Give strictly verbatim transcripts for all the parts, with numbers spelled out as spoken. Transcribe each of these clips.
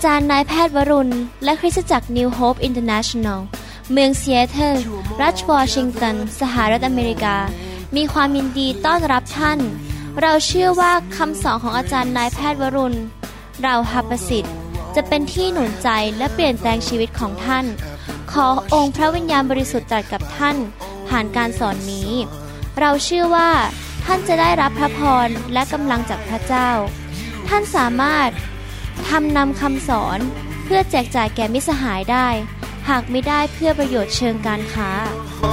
จารย์นายแพทย์วรุณและคริสตจักร New Hope International เมืองซีแอตเทิลรัฐวอชิงตันสหรัฐอเมริกามีความยินดีต้อนรับท่านเราเชื่อว่าคำสอนของอาจารย์นายแพทย์วรุณเราหประสิทธิ์จะเป็นที่หนุนใจและเปลี่ยนแปลงชีวิตของท่านขอองค์พระวิญญาณบริสุทธิ์ตรัสกับท่านผ่านการสอนนี้เราเชื่อว่าท่านจะได้รับพระพรและกำลังจากพระเจ้าท่านสามารถทำนำคำสอนเพื่อแจกจ่ายแก่มิตรสหายได้หากไม่ได้เพื่อประโยชน์เชิงการค้า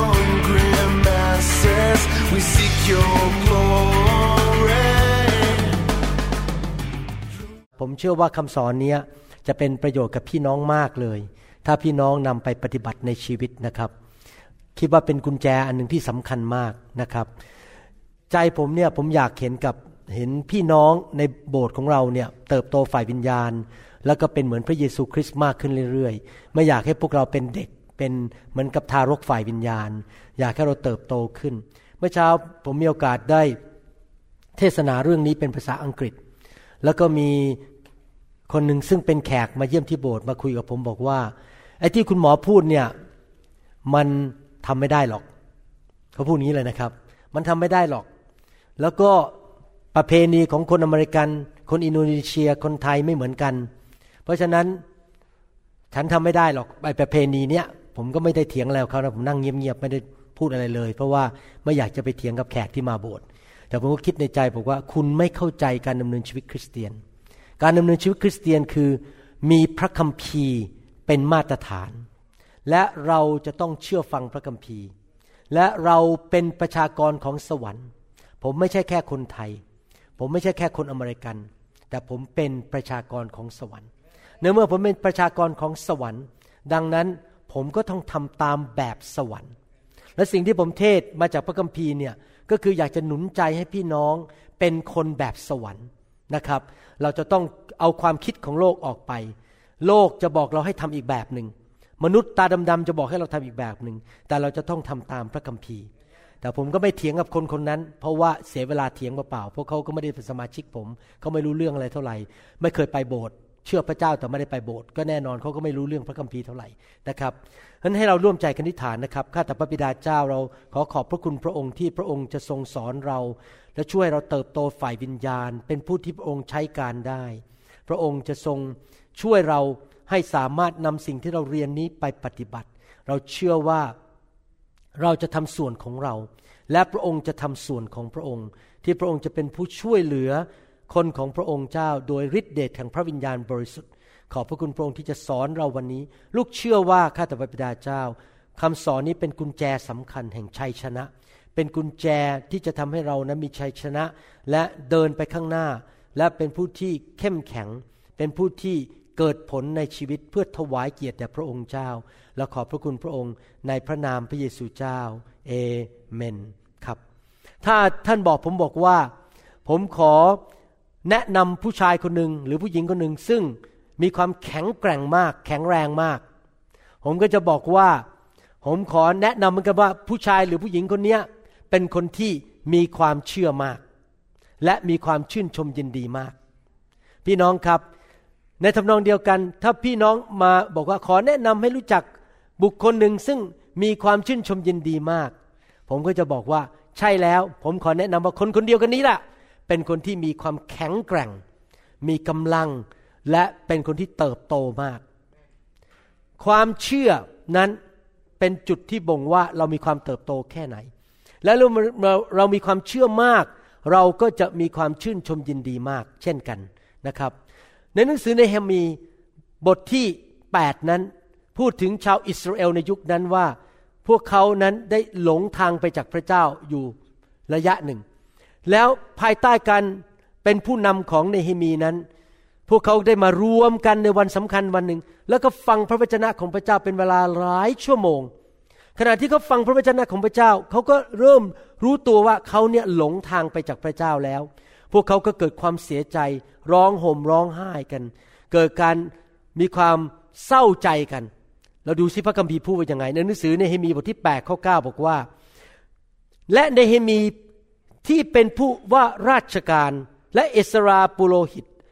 ผมเชื่อว่าคำสอนนี้จะเป็นประโยชน์กับพี่น้องมากเลยถ้าพี่น้องนำไปปฏิบัติในชีวิตนะครับคิดว่าเป็นกุญแจอันหนึ่งที่สำคัญมากนะครับใจผมเนี่ยผมอยากเห็นกับเห็นพี่น้องในโบสถ์ของเราเนี่ยเติบโตฝ่ายวิญญาณแล้วก็เป็นเหมือนพระเยซูคริสต์มากขึ้นเรื่อยๆไม่อยากให้พวกเราเป็นเด็กเป็นเหมือนกับทารกฝ่ายวิญญาณอยากให้เราเติบโตขึ้นเมื่อเช้าผมมีโอกาสได้เทศนาเรื่องนี้เป็นภาษาอังกฤษแล้วก็มีคนหนึ่งซึ่งเป็นแขกมาเยี่ยมที่โบสถ์มาคุยกับผมบอกว่าไอ้ที่คุณหมอพูดเนี่ยมันทำไม่ได้หรอกเขาพูดอย่างนี้เลยนะครับมันทำไม่ได้หรอกแล้วก็ประเพณีของคนอเมริกันคนอินโดนีเซียคนไทยไม่เหมือนกันเพราะฉะนั้นฉันทำไม่ได้หรอกไอ้ประเพณีเนี้ยผมก็ไม่ได้เถียงอะไรกับเขานะผมนั่งเงียบๆไม่ได้พูดอะไรเลยเพราะว่าไม่อยากจะไปเถียงกับแขกที่มาโบสถ์แต่ผมก็คิดในใจบอกว่าคุณไม่เข้าใจการดำเนินชีวิตคริสเตียนการดำเนินชีวิตคริสเตียนคือมีพระคัมภีร์เป็นมาตรฐานและเราจะต้องเชื่อฟังพระคัมภีร์และเราเป็นประชากรของสวรรค์ผมไม่ใช่แค่คนไทยผมไม่ใช่แค่คนอเมริกันแต่ผมเป็นประชากรของสวรรค์เนื่องเมื่อผมเป็นประชากรของสวรรค์ดังนั้นผมก็ต้องทำตามแบบสวรรค์และสิ่งที่ผมเทศมาจากพระคัมภีร์เนี่ยก็คืออยากจะหนุนใจให้พี่น้องเป็นคนแบบสวรรค์นะครับเราจะต้องเอาความคิดของโลกออกไปโลกจะบอกเราให้ทำอีกแบบหนึ่งมนุษย์ตาดำๆจะบอกให้เราทำอีกแบบหนึ่งแต่เราจะต้องทำตามพระคัมภีร์แต่ผมก็ไม่เถียงกับคนคนนั้นเพราะว่าเสียเวลาเถียงเปล่าๆเพราะเขาก็ไม่ได้เป็นสมาชิกผมเขาไม่รู้เรื่องอะไรเท่าไหร่ไม่เคยไปโบสถ์เชื่อพระเจ้าแต่ไม่ได้ไปโบสถ์ก็แน่นอนเขาก็ไม่รู้เรื่องพระคัมภีร์เท่าไหร่นะครับฉะนั้นให้เราร่วมใจกันอธิษฐานนะครับข้าแต่พระบิดาเจ้าเราขอขอบพระคุณพระองค์ที่พระองค์จะทรงสอนเราและช่วยเราเติบโตฝ่ายวิญญาณเป็นผู้ที่พระองค์ใช้การได้พระองค์จะทรงช่วยเราให้สามารถนำสิ่งที่เราเรียนนี้ไปปฏิบัติเราเชื่อว่าเราจะทำส่วนของเราและพระองค์จะทำส่วนของพระองค์ที่พระองค์จะเป็นผู้ช่วยเหลือคนของพระองค์เจ้าโดยฤทธิเดชแห่งพระวิญญาณบริสุทธิ์ขอบพระคุณพระองค์ที่จะสอนเราวันนี้ลูกเชื่อว่าข้าแต่พระบิดาเจ้าคำสอนนี้เป็นกุญแจสำคัญแห่งชัยชนะเป็นกุญแจที่จะทำให้เรานั้นมีชัยชนะและเดินไปข้างหน้าและเป็นผู้ที่เข้มแข็งเป็นผู้ที่เกิดผลในชีวิตเพื่อถวายเกียรติแด่พระองค์เจ้าและขอบพระคุณพระองค์ในพระนามพระเยซูเจ้าเอเมนครับถ้าท่านบอกผมบอกว่าผมขอแนะนำผู้ชายคนหนึ่งหรือผู้หญิงคนหนึ่งซึ่งมีความแข็งแกร่งมากแข็งแรงมากผมก็จะบอกว่าผมขอแนะนำเหมือนกันว่าผู้ชายหรือผู้หญิงคนนี้เป็นคนที่มีความเชื่อมากและมีความชื่นชมยินดีมากพี่น้องครับในทำนองเดียวกันถ้าพี่น้องมาบอกว่าขอแนะนำให้รู้จักบุคคลหนึ่งซึ่งมีความชื่นชมยินดีมากผมก็จะบอกว่าใช่แล้วผมขอแนะนำว่าคนคนเดียวกันนี้แหละเป็นคนที่มีความแข็งแกร่งมีกำลังและเป็นคนที่เติบโตมากความเชื่อนั้นเป็นจุดที่บ่งว่าเรามีความเติบโตแค่ไหนและเราเราเรามีความเชื่อมากเราก็จะมีความชื่นชมยินดีมากเช่นกันนะครับในหนังสือเนเหมีบทที่แปดนั้นพูดถึงชาวอิสราเอลในยุคนั้นว่าพวกเขานั้นได้หลงทางไปจากพระเจ้าอยู่ระยะหนึ่งแล้วภายใต้การเป็นผู้นำของเนเหมีนั้นพวกเขาได้มารวมกันในวันสำคัญวันหนึ่งแล้วก็ฟังพระวจนะของพระเจ้าเป็นเวลาหลายชั่วโมงขณะที่เขาฟังพระวจนะของพระเจ้าเขาก็เริ่มรู้ตัวว่าเขาเนี่ยหลงทางไปจากพระเจ้าแล้วพวกเขาก็เกิดความเสียใจร้องห่มร้องไห้กันเกิดการมีความเศร้าใจกันเราดูสิพระคัมภีร์พูดว่ายังไงในหนังสือเนเหมีบทที่แปดข้อเก้าบอกว่าและเนเหมีที่เป็นผู้ว่าราชการและเอสราปุโรหิต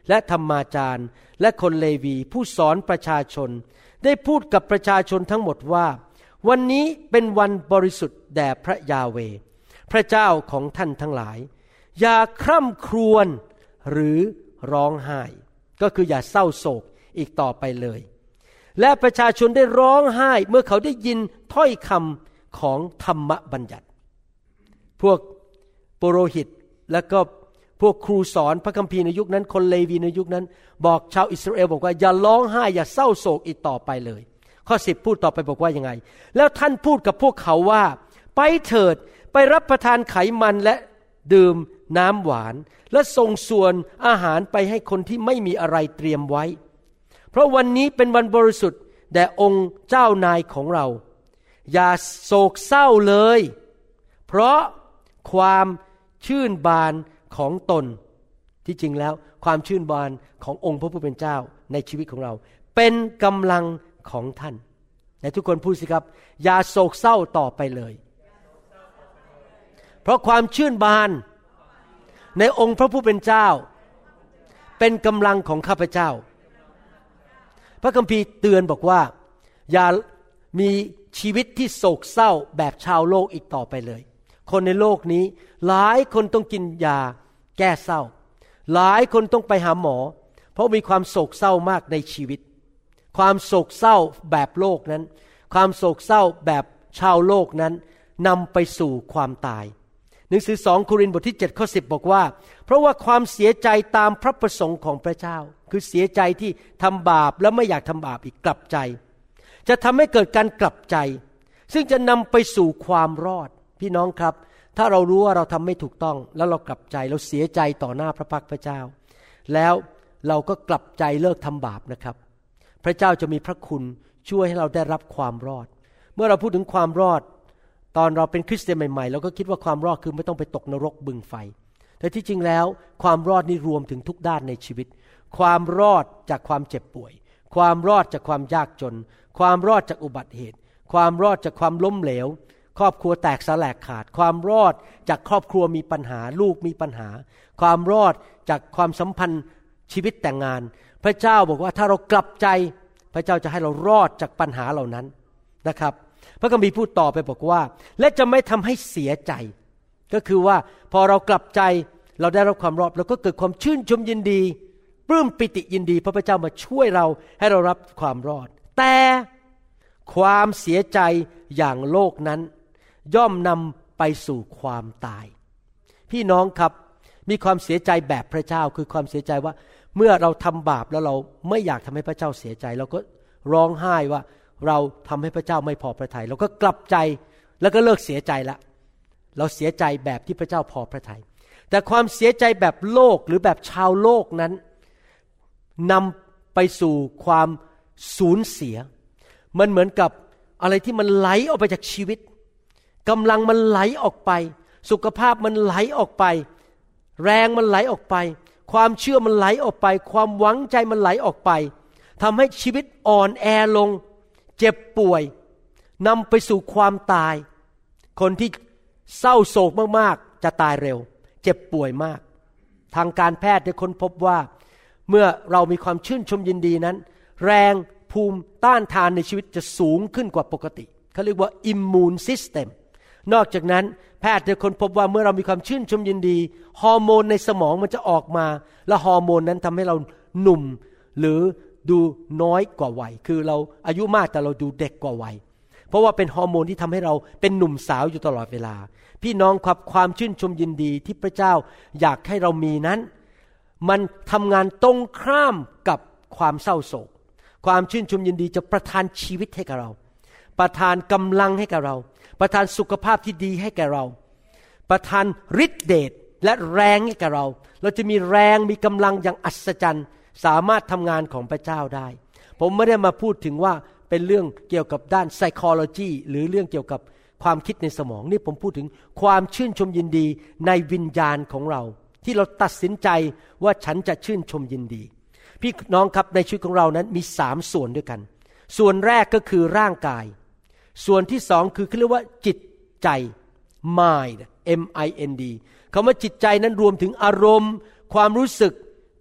และธรรมาจารย์และคนเลวีผู้สอนประชาชนได้พูดกับประชาชนทั้งหมดว่าวันนี้เป็นวันบริสุทธิ์แด่พระยาเวห์พระเจ้าของท่านทั้งหลายอย่าคร่ำครวญหรือร้องไห้ก็คืออย่าเศร้าโศกอีกต่อไปเลยและประชาชนได้ร้องไห้เมื่อเขาได้ยินถ้อยคำของธรรมบัญญัติพวกปุโรหิตและก็พวกครูสอนพระคัมภีร์ในยุคนั้นคนเลวีในยุคนั้นบอกชาวอิสราเอลบอกว่าอย่าร้องไห้อย่าเศร้าโศกอีกต่อไปเลยข้อสิบพูดต่อไปบอกว่ายังไงแล้วท่านพูดกับพวกเขาว่าไปเถิดไปรับประทานไขมันและดื่มน้ำหวานและส่งส่วนอาหารไปให้คนที่ไม่มีอะไรเตรียมไว้เพราะวันนี้เป็นวันบริสุทธิ์แด่องค์เจ้านายของเราอย่าโศกเศร้าเลยเพราะความชื่นบานของตนที่จริงแล้วความชื่นบานขององค์พระผู้เป็นเจ้าในชีวิตของเราเป็นกำลังของท่านและทุกคนพูดสิครับอย่าโศกเศร้าต่อไปเลยเพราะความชื่นบานในองค์พระผู้เป็นเจ้าเป็นกำลังของข้าพเจ้าพระคัมภีร์เตือนบอกว่าอย่ามีชีวิตที่โศกเศร้าแบบชาวโลกอีกต่อไปเลยคนในโลกนี้หลายคนต้องกินยาแก้เศร้าหลายคนต้องไปหาหมอเพราะมีความโศกเศร้ามากในชีวิตความโศกเศร้าแบบโลกนั้นความโศกเศร้าแบบชาวโลกนั้นนำไปสู่ความตายหนังสือสองโครินธ์บทที่เจ็ดข้อสิบบอกว่าเพราะว่าความเสียใจตามพระประสงค์ของพระเจ้าคือเสียใจที่ทำบาปแล้วไม่อยากทำบาปอีกกลับใจจะทำให้เกิดการกลับใจซึ่งจะนำไปสู่ความรอดพี่น้องครับถ้าเรารู้ว่าเราทำไม่ถูกต้องแล้วเรากลับใจเราเสียใจต่อหน้าพระพักพระเจ้าแล้วเราก็กลับใจเลิกทำบาปนะครับพระเจ้าจะมีพระคุณช่วยให้เราได้รับความรอดเมื่อเราพูดถึงความรอดตอนเราเป็นคริสเตียนใหม่ๆเราก็คิดว่าความรอดคือไม่ต้องไปตกนรกบึงไฟแต่ที่จริงแล้วความรอดนี่รวมถึงทุกด้านในชีวิตความรอดจากความเจ็บป่วยความรอดจากความยากจนความรอดจากอุบัติเหตุความรอดจากความล้มเหลวครอบครัวแตกสลายขาดความรอดจากครอบครัวมีปัญหาลูกมีปัญหาความรอดจากความสัมพันธ์ชีวิตแต่งงานพระเจ้าบอกว่าถ้าเรากลับใจพระเจ้าจะให้เรารอดจากปัญหาเหล่านั้นนะครับพระคัมภีร์พูดต่อไปบอกว่าและจะไม่ทำให้เสียใจก็คือว่าพอเรากลับใจเราได้รับความรอดเราก็เกิดความชื่นชมยินดีปลื้มปิติยินดีเพราะพระเจ้ามาช่วยเราให้เรารับความรอดแต่ความเสียใจอย่างโลกนั้นย่อมนำไปสู่ความตายพี่น้องครับมีความเสียใจแบบพระเจ้าคือความเสียใจว่าเมื่อเราทำบาปแล้วเราไม่อยากทำให้พระเจ้าเสียใจเราก็ร้องไห้ว่าเราทำให้พระเจ้าไม่พอพระทัยเราก็กลับใจแล้วก็เลิกเสียใจละเราเสียใจแบบที่พระเจ้าพอพระทัยแต่ความเสียใจแบบโลกหรือแบบชาวโลกนั้นนำไปสู่ความสูญเสียมันเหมือนกับอะไรที่มันไหลออกไปจากชีวิตกำลังมันไหลออกไปสุขภาพมันไหลออกไปแรงมันไหลออกไปความเชื่อมันไหลออกไปความหวังใจมันไหลออกไปทำให้ชีวิตอ่อนแอลงเจ็บป่วยนำไปสู่ความตายคนที่เศร้าโศกมากๆจะตายเร็วเจ็บป่วยมากทางการแพทย์ได้ค้นพบว่าเมื่อเรามีความชื่นชมยินดีนั้นแรงภูมิต้านทานในชีวิตจะสูงขึ้นกว่าปกติเขาเรียกว่า immune system นอกจากนั้นแพทย์ได้ค้นพบว่าเมื่อเรามีความชื่นชมยินดีฮอร์โมนในสมองมันจะออกมาและฮอร์โมนนั้นทำให้เราหนุ่มหรือดูน้อยกว่าวัยคือเราอายุมากแต่เราดูเด็กกว่าวัยเพราะว่าเป็นฮอร์โมนที่ทำให้เราเป็นหนุ่มสาวอยู่ตลอดเวลาพี่น้องครับความชื่นชมยินดีที่พระเจ้าอยากให้เรามีนั้นมันทำงานตรงข้ามกับความเศร้าโศกความชื่นชมยินดีจะประทานชีวิตให้กับเราประทานกำลังให้กับเราประทานสุขภาพที่ดีให้แก่เราประทานฤทธิ์เดชและแรงให้แก่เราเราจะมีแรงมีกำลังอย่างอัศจรรย์สามารถทำงานของพระเจ้าได้ผมไม่ได้มาพูดถึงว่าเป็นเรื่องเกี่ยวกับด้าน psychology หรือเรื่องเกี่ยวกับความคิดในสมองนี่ผมพูดถึงความชื่นชมยินดีในวิญญาณของเราที่เราตัดสินใจว่าฉันจะชื่นชมยินดีพี่น้องครับในชีวิตของเรานั้นมีสามส่วนด้วยกันส่วนแรกก็คือร่างกายส่วนที่สองคือเรียกว่าจิตใจ mind M I N D คำว่าจิตใจนั้นรวมถึงอารมณ์ความรู้สึก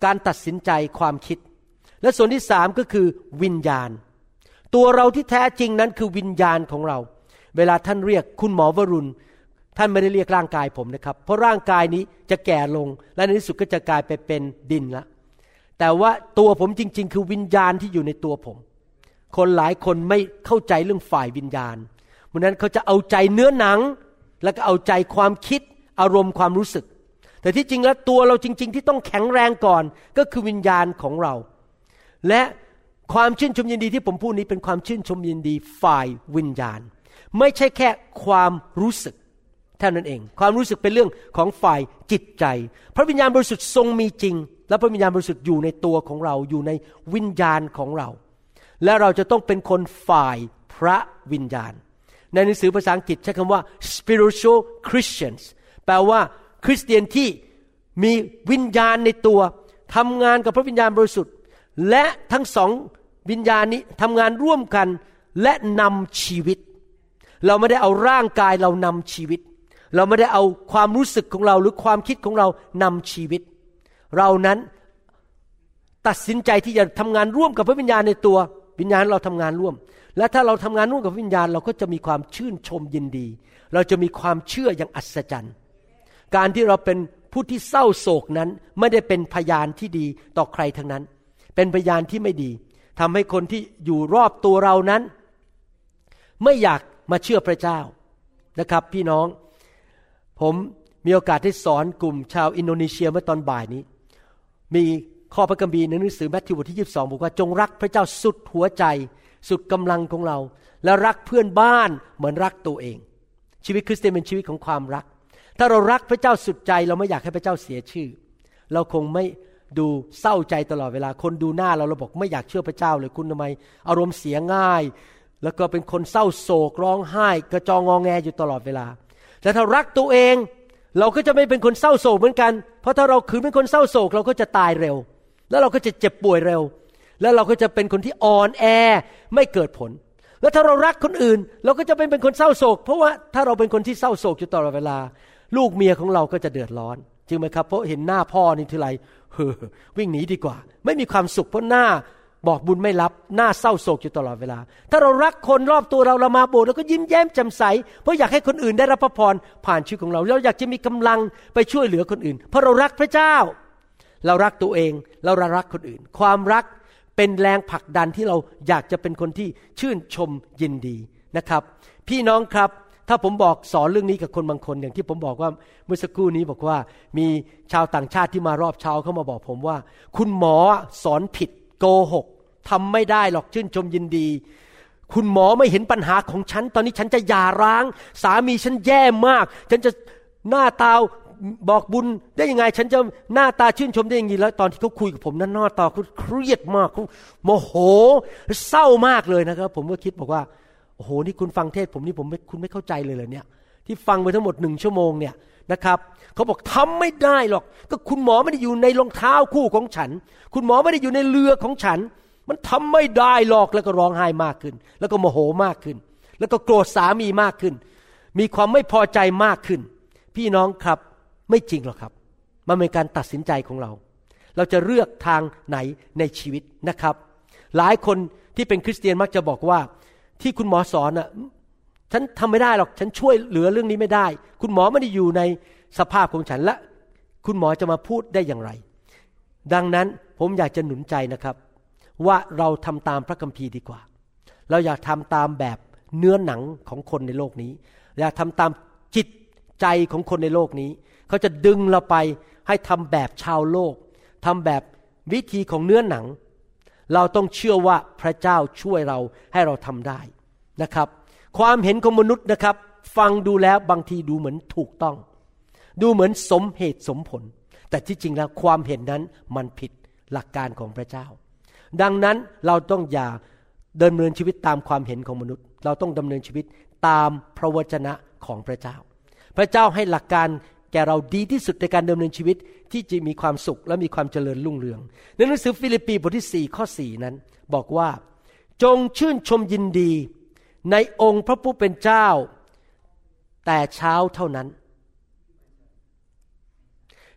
การตัดสินใจความคิดและส่วนที่สามก็คือวิญญาณตัวเราที่แท้จริงนั้นคือวิญญาณของเราเวลาท่านเรียกคุณหมอวรุณท่านไม่ได้เรียกร่างกายผมนะครับเพราะร่างกายนี้จะแก่ลงและในที่สุดก็จะกลายไปเป็นดินละแต่ว่าตัวผมจริงๆคือวิญญาณที่อยู่ในตัวผมคนหลายคนไม่เข้าใจเรื่องฝ่ายวิญญาณเพราะนั้นเขาจะเอาใจเนื้อหนังแล้วก็เอาใจความคิดอารมณ์ความรู้สึกแต่ที่จริงแล้วตัวเราจริงๆที่ต้องแข็งแรงก่อนก็คือวิญญาณของเราและความชื่นชมยินดีที่ผมพูดนี้เป็นความชื่นชมยินดีฝ่ายวิญญาณไม่ใช่แค่ความรู้สึกเท่านั้นเองความรู้สึกเป็นเรื่องของฝ่ายจิตใจพระวิญญาณบริสุทธิ์ทรงมีจริงและพระวิญญาณบริสุทธิ์อยู่ในตัวของเราอยู่ในวิญญาณของเราและเราจะต้องเป็นคนฝ่ายพระวิญญาณในหนังสือภาษาอังกฤษใช้คำว่า spiritual Christians แปลว่าคริสเตียนที่มีวิญญาณในตัวทำงานกับพระวิญญาณบริสุทธิ์และทั้งสองวิญญาณนี้ทำงานร่วมกันและนำชีวิตเราไม่ได้เอาร่างกายเรานำชีวิตเราไม่ได้เอาความรู้สึกของเราหรือความคิดของเรานำชีวิตเรานั้นตัดสินใจที่จะทำงานร่วมกับพระวิญญาณในตัววิญญาณเราทำงานร่วมและถ้าเราทำงานร่วมกับวิญญาณเราก็จะมีความชื่นชมยินดีเราจะมีความเชื่ออย่างอัศจรรย์การที่เราเป็นผู้ที่เศร้าโศกนั้นไม่ได้เป็นพยานที่ดีต่อใครทั้งนั้นเป็นพยานที่ไม่ดีทำให้คนที่อยู่รอบตัวเรานั้นไม่อยากมาเชื่อพระเจ้านะครับพี่น้องผมมีโอกาสได้สอนกลุ่มชาวอินโดนีเซียเมื่อตอนบ่ายนี้มีข้อพระคัมภีร์ในหนังสือมัทธิวบทที่ยี่สิบสองบอกว่าจงรักพระเจ้าสุดหัวใจสุดกำลังของเราและรักเพื่อนบ้านเหมือนรักตัวเองชีวิตคริสเตียนเป็นชีวิตของความรักถ้าเรารักพระเจ้าสุดใจเราไม่อยากให้พระเจ้าเสียชื่อเราคงไม่ดูเศร้าใจตลอดเวลาคนดูหน้าเราเราบอกไม่อยากเชื่อพระเจ้าเลยคุณทำไมอารมณ์เสียง่ายแล้วก็เป็นคนเศร้าโศกร้องไห้กระจองงอแงอยู่ตลอดเวลาแต่ถ้ารักตัวเองเราก็จะไม่เป็นคนเศร้าโศกเหมือนกันเพราะถ้าเราขืนเป็นคนเศร้าโศกเราก็จะตายเร็วแล้วเราก็จะเจ็บป่วยเร็วแล้วเราก็จะเป็นคนที่อ่อนแอไม่เกิดผลแล้วถ้าเรารักคนอื่นเราก็จะเป็นเป็นคนเศร้าโศกเพราะว่าถ้าเราเป็นคนที่เศร้าโศกอยู่ตลอดเวลาลูกเมียของเราก็จะเดือดร้อนจริงไหมครับเพราะเห็นหน้าพ่อนี่ทีไรเฮ้อวิ่งหนีดีกว่าไม่มีความสุขเพราะหน้าบอกบุญไม่รับหน้าเศร้าโศกอยู่ตลอดเวลาถ้าเรารักคนรอบตัวเราเรามาโบสถ์เราก็ยิ้มแย้มแจ่มใสเพราะอยากให้คนอื่นได้รับพระพรผ่านชีวิตของเราเราอยากจะมีกำลังไปช่วยเหลือคนอื่นเพราะเรารักพระเจ้าเรารักตัวเองเรารักคนอื่นความรักเป็นแรงผลักดันที่เราอยากจะเป็นคนที่ชื่นชมยินดีนะครับพี่น้องครับถ้าผมบอกสอนเรื่องนี้กับคนบางคนอย่างที่ผมบอกว่าเมื่อสักครู่นี้บอกว่ามีชาวต่างชาติที่มารอบเช้าเข้ามาบอกผมว่าคุณหมอสอนผิดโกหกทำไม่ได้หรอกชื่นชมยินดีคุณหมอไม่เห็นปัญหาของฉันตอนนี้ฉันจะหย่าร้างสามีฉันแย่มากฉันจะหน้าตาบอกบุญได้ยังไงฉันจะหน้าตาชื่นชมได้ยังไงแล้วตอนที่เขาคุยกับผมนั้นหน้าตาเขาเครียดมากเขาโมโหเศร้ามากเลยนะครับผมก็คิดบอกว่าโอ้โหนี่คุณฟังเทศผมนี่ผมไม่คุณไม่เข้าใจเลยเหรอเนี่ยที่ฟังไปทั้งหมดหนึ่งชั่วโมงเนี่ยนะครับเขาบอกทำไม่ได้หรอกก็คุณหมอไม่ได้อยู่ในรองเท้าคู่ของฉันคุณหมอไม่ได้อยู่ในเรือของฉันมันทำไม่ได้หรอกแล้วก็ร้องไห้มากขึ้นแล้วก็โมโหมากขึ้นแล้วก็โกรธสามีมากขึ้นมีความไม่พอใจมากขึ้นพี่น้องครับไม่จริงหรอกครับมันเป็นการตัดสินใจของเราเราจะเลือกทางไหนในชีวิตนะครับหลายคนที่เป็นคริสเตียนมักจะบอกว่าที่คุณหมอสอนน่ะฉันทำไม่ได้หรอกฉันช่วยเหลือเรื่องนี้ไม่ได้คุณหมอไม่ได้อยู่ในสภาพของฉันและคุณหมอจะมาพูดได้อย่างไรดังนั้นผมอยากจะหนุนใจนะครับว่าเราทำตามพระคัมภีร์ดีกว่าเราอยากทำตามแบบเนื้อหนังของคนในโลกนี้อยากทำตามจิตใจของคนในโลกนี้เขาจะดึงเราไปให้ทำแบบชาวโลกทำแบบวิธีของเนื้อหนังเราต้องเชื่อว่าพระเจ้าช่วยเราให้เราทำได้นะครับความเห็นของมนุษย์นะครับฟังดูแล้วบางทีดูเหมือนถูกต้องดูเหมือนสมเหตุสมผลแต่ที่จริงแล้วความเห็นนั้นมันผิดหลักการของพระเจ้าดังนั้นเราต้องอย่าดำเนินชีวิตตามความเห็นของมนุษย์เราต้องดำเนินชีวิตตามพระวจนะของพระเจ้าพระเจ้าให้หลักการแก่เราดีที่สุดในการดำเนินชีวิตที่จะมีความสุขและมีความเจริญรุ่งเรืองในหนังสือฟิลิปปีบทที่สี่ข้อสี่นั้นบอกว่าจงชื่นชมยินดีในองค์พระผู้เป็นเจ้าแต่เช้าเท่านั้น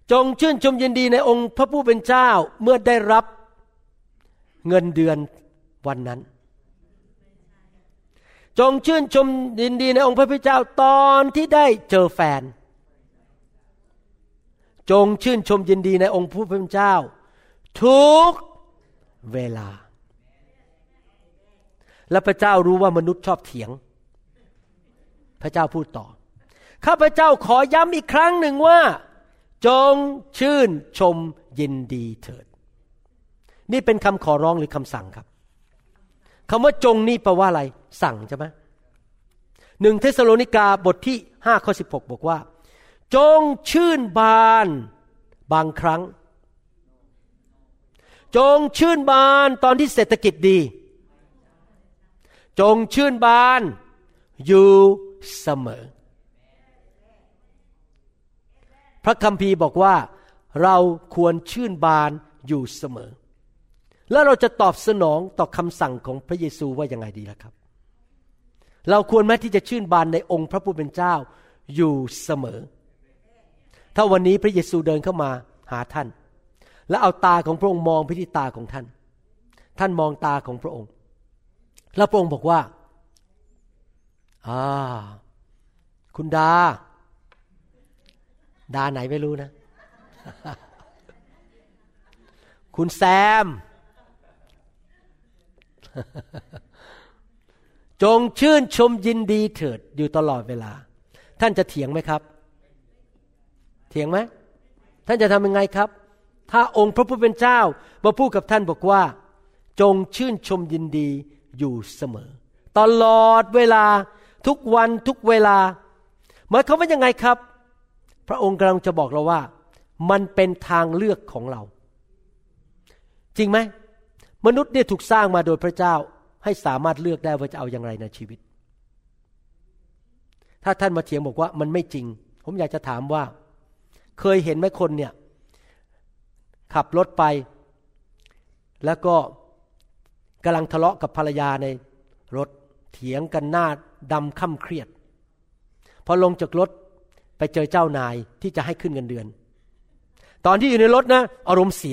จงชื่นชมยินดีในองค์พระผู้เป็นเจ้าเมื่อได้รับเงินเดือนวันนั้นจงชื่นชมยินดีในองค์พระผู้เป็นเจ้าตอนที่ได้เจอแฟนจงชื่นชมยินดีในองค์พระผู้เป็นเจ้าทุกเวลาและพระเจ้ารู้ว่ามนุษย์ชอบเถียงพระเจ้าพูดต่อข้าพเจ้าขอย้ำอีกครั้งหนึ่งว่าจงชื่นชมยินดีเถิดนี่เป็นคำขอร้องหรือคำสั่งครับคำว่าจงนี่แปลว่าอะไรสั่งใช่ไหมหนึ่งเทสโลนิกาบทที่ห้าข้อสิบหกบอกว่าจงชื่นบานบางครั้งจงชื่นบานตอนที่เศรษฐกิจดีจงชื่นบานอยู่เสมอพระคัมภีร์บอกว่าเราควรชื่นบานอยู่เสมอแล้วเราจะตอบสนองต่อคำสั่งของพระเยซูว่ายังไงดีล่ะครับเราควรไหมที่จะชื่นบานในองค์พระผู้เป็นเจ้าอยู่เสมอถ้าวันนี้พระเยซูเดินเข้ามาหาท่านและเอาตาของพระองค์มองไปที่ตาของท่านท่านมองตาของพระองค์แล้วพระองค์บอกว่าอ่าคุณดาดาไหนไม่รู้นะ คุณแซม จงชื่นชมยินดีเถิดอยู่ตลอดเวลาท่านจะเถียงไหมครับเถียงไหมท่านจะทำยังไงครับถ้าองค์พระผู้เป็นเจ้ามาพูดกับท่านบอกว่าจงชื่นชมยินดีอยู่เสมอตลอดเวลาทุกวันทุกเวลาหมายความว่ายังไงครับพระองค์กำลังจะบอกเราว่ามันเป็นทางเลือกของเราจริงไหมมนุษย์เนี่ยถูกสร้างมาโดยพระเจ้าให้สามารถเลือกได้ว่าจะเอาอย่างไรในชีวิตถ้าท่านมาเถียงบอกว่ามันไม่จริงผมอยากจะถามว่าเคยเห็นไหมคนเนี่ยขับรถไปแล้วก็กำลังทะเลาะกับภรรยาในรถเถียงกันหน้าดำค่ำเครียดพอลงจากรถไปเจอเจ้านายที่จะให้ขึ้นเงินเดือนตอนที่อยู่ในรถนะอารมณ์เสีย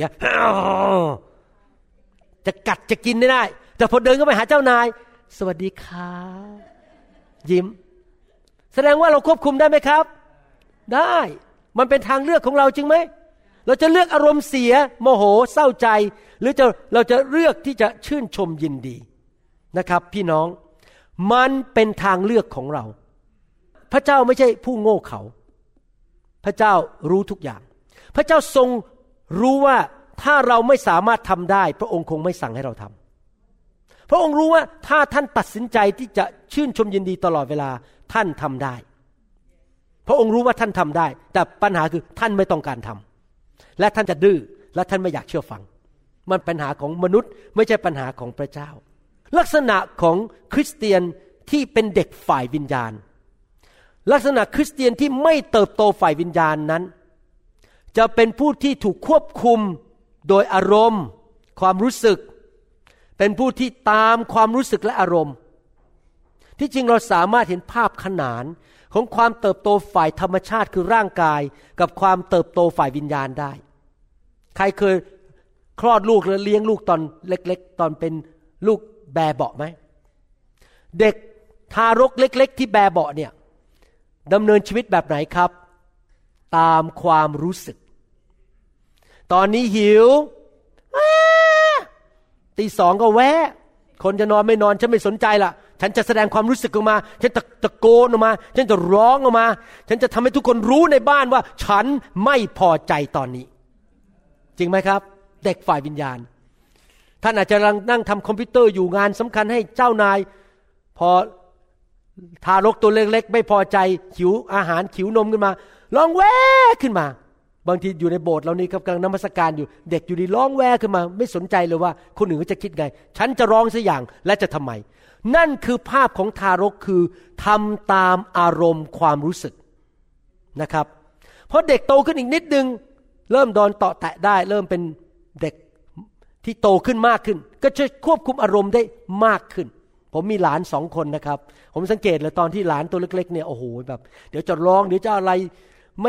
จะกัดจะกินไม่ได้แต่พอเดินเข้าไปหาเจ้านายสวัสดีครับยิ้มแสดงว่าเราควบคุมได้ไหมครับได้มันเป็นทางเลือกของเราจริงไหมเราจะเลือกอารมณ์เสียโมโหเศร้าใจหรือจะเราจะเลือกที่จะชื่นชมยินดีนะครับพี่น้องมันเป็นทางเลือกของเราพระเจ้าไม่ใช่ผู้โง่เขลาพระเจ้ารู้ทุกอย่างพระเจ้าทรงรู้ว่าถ้าเราไม่สามารถทำได้พระองค์คงไม่สั่งให้เราทำพระองค์รู้ว่าถ้าท่านตัดสินใจที่จะชื่นชมยินดีตลอดเวลาท่านทำได้พระองค์รู้ว่าท่านทำได้แต่ปัญหาคือท่านไม่ต้องการทำและท่านจะดื้อและท่านไม่อยากเชื่อฟังมันปัญหาของมนุษย์ไม่ใช่ปัญหาของพระเจ้าลักษณะของคริสเตียนที่เป็นเด็กฝ่ายวิญญาณลักษณะคริสเตียนที่ไม่เติบโตฝ่ายวิญญาณนั้นจะเป็นผู้ที่ถูกควบคุมโดยอารมณ์ความรู้สึกเป็นผู้ที่ตามความรู้สึกและอารมณ์ที่จริงเราสามารถเห็นภาพขนานของความเติบโตฝ่ายธรรมชาติคือร่างกายกับความเติบโตฝ่ายวิญญาณได้ใครเคยคลอดลูกหรือเลี้ยงลูกตอนเล็กๆตอนเป็นลูกแบเบาะไหมเด็กทารกเล็กๆที่แบเบาะเนี่ยดำเนินชีวิตแบบไหนครับตามความรู้สึกตอนนี้หิวตีสองก็แวะคนจะนอนไม่นอนฉันไม่สนใจละฉันจะแสดงความรู้สึกออกมาฉันจะตะโกนออกมาฉันจะร้องออกมาฉันจะทำให้ทุกคนรู้ในบ้านว่าฉันไม่พอใจตอนนี้จริงไหมครับเด็กฝ่ายวิญญาณท่านอาจจะนั่งทำคอมพิวเตอร์อยู่งานสำคัญให้เจ้านายพอทารกตัวเล็กๆไม่พอใจหิวอาหารหิวนมขึ้นมาร้องแว่ขึ้นมาบางทีอยู่ในโบสถ์เรานี่ครับกำลังนมัสการอยู่เด็กอยู่ดีร้องแว่ขึ้นมาไม่สนใจเลยว่าคนอื่นเขาจะคิดไงฉันจะร้องสักอย่างและจะทำไมนั่นคือภาพของทารกคือทำตามอารมณ์ความรู้สึกนะครับพอเด็กโตขึ้นอีกนิดนึงเริ่มโดนเตาะแตะได้เริ่มเป็นเด็กที่โตขึ้นมากขึ้นก็จะควบคุมอารมณ์ได้มากขึ้นผมมีหลานสองคนนะครับผมสังเกตเลยตอนที่หลานตัวเล็กๆเนี่ยโอ้โหแบบเดี๋ยวจะร้องเดี๋ยวจะอะไรไม่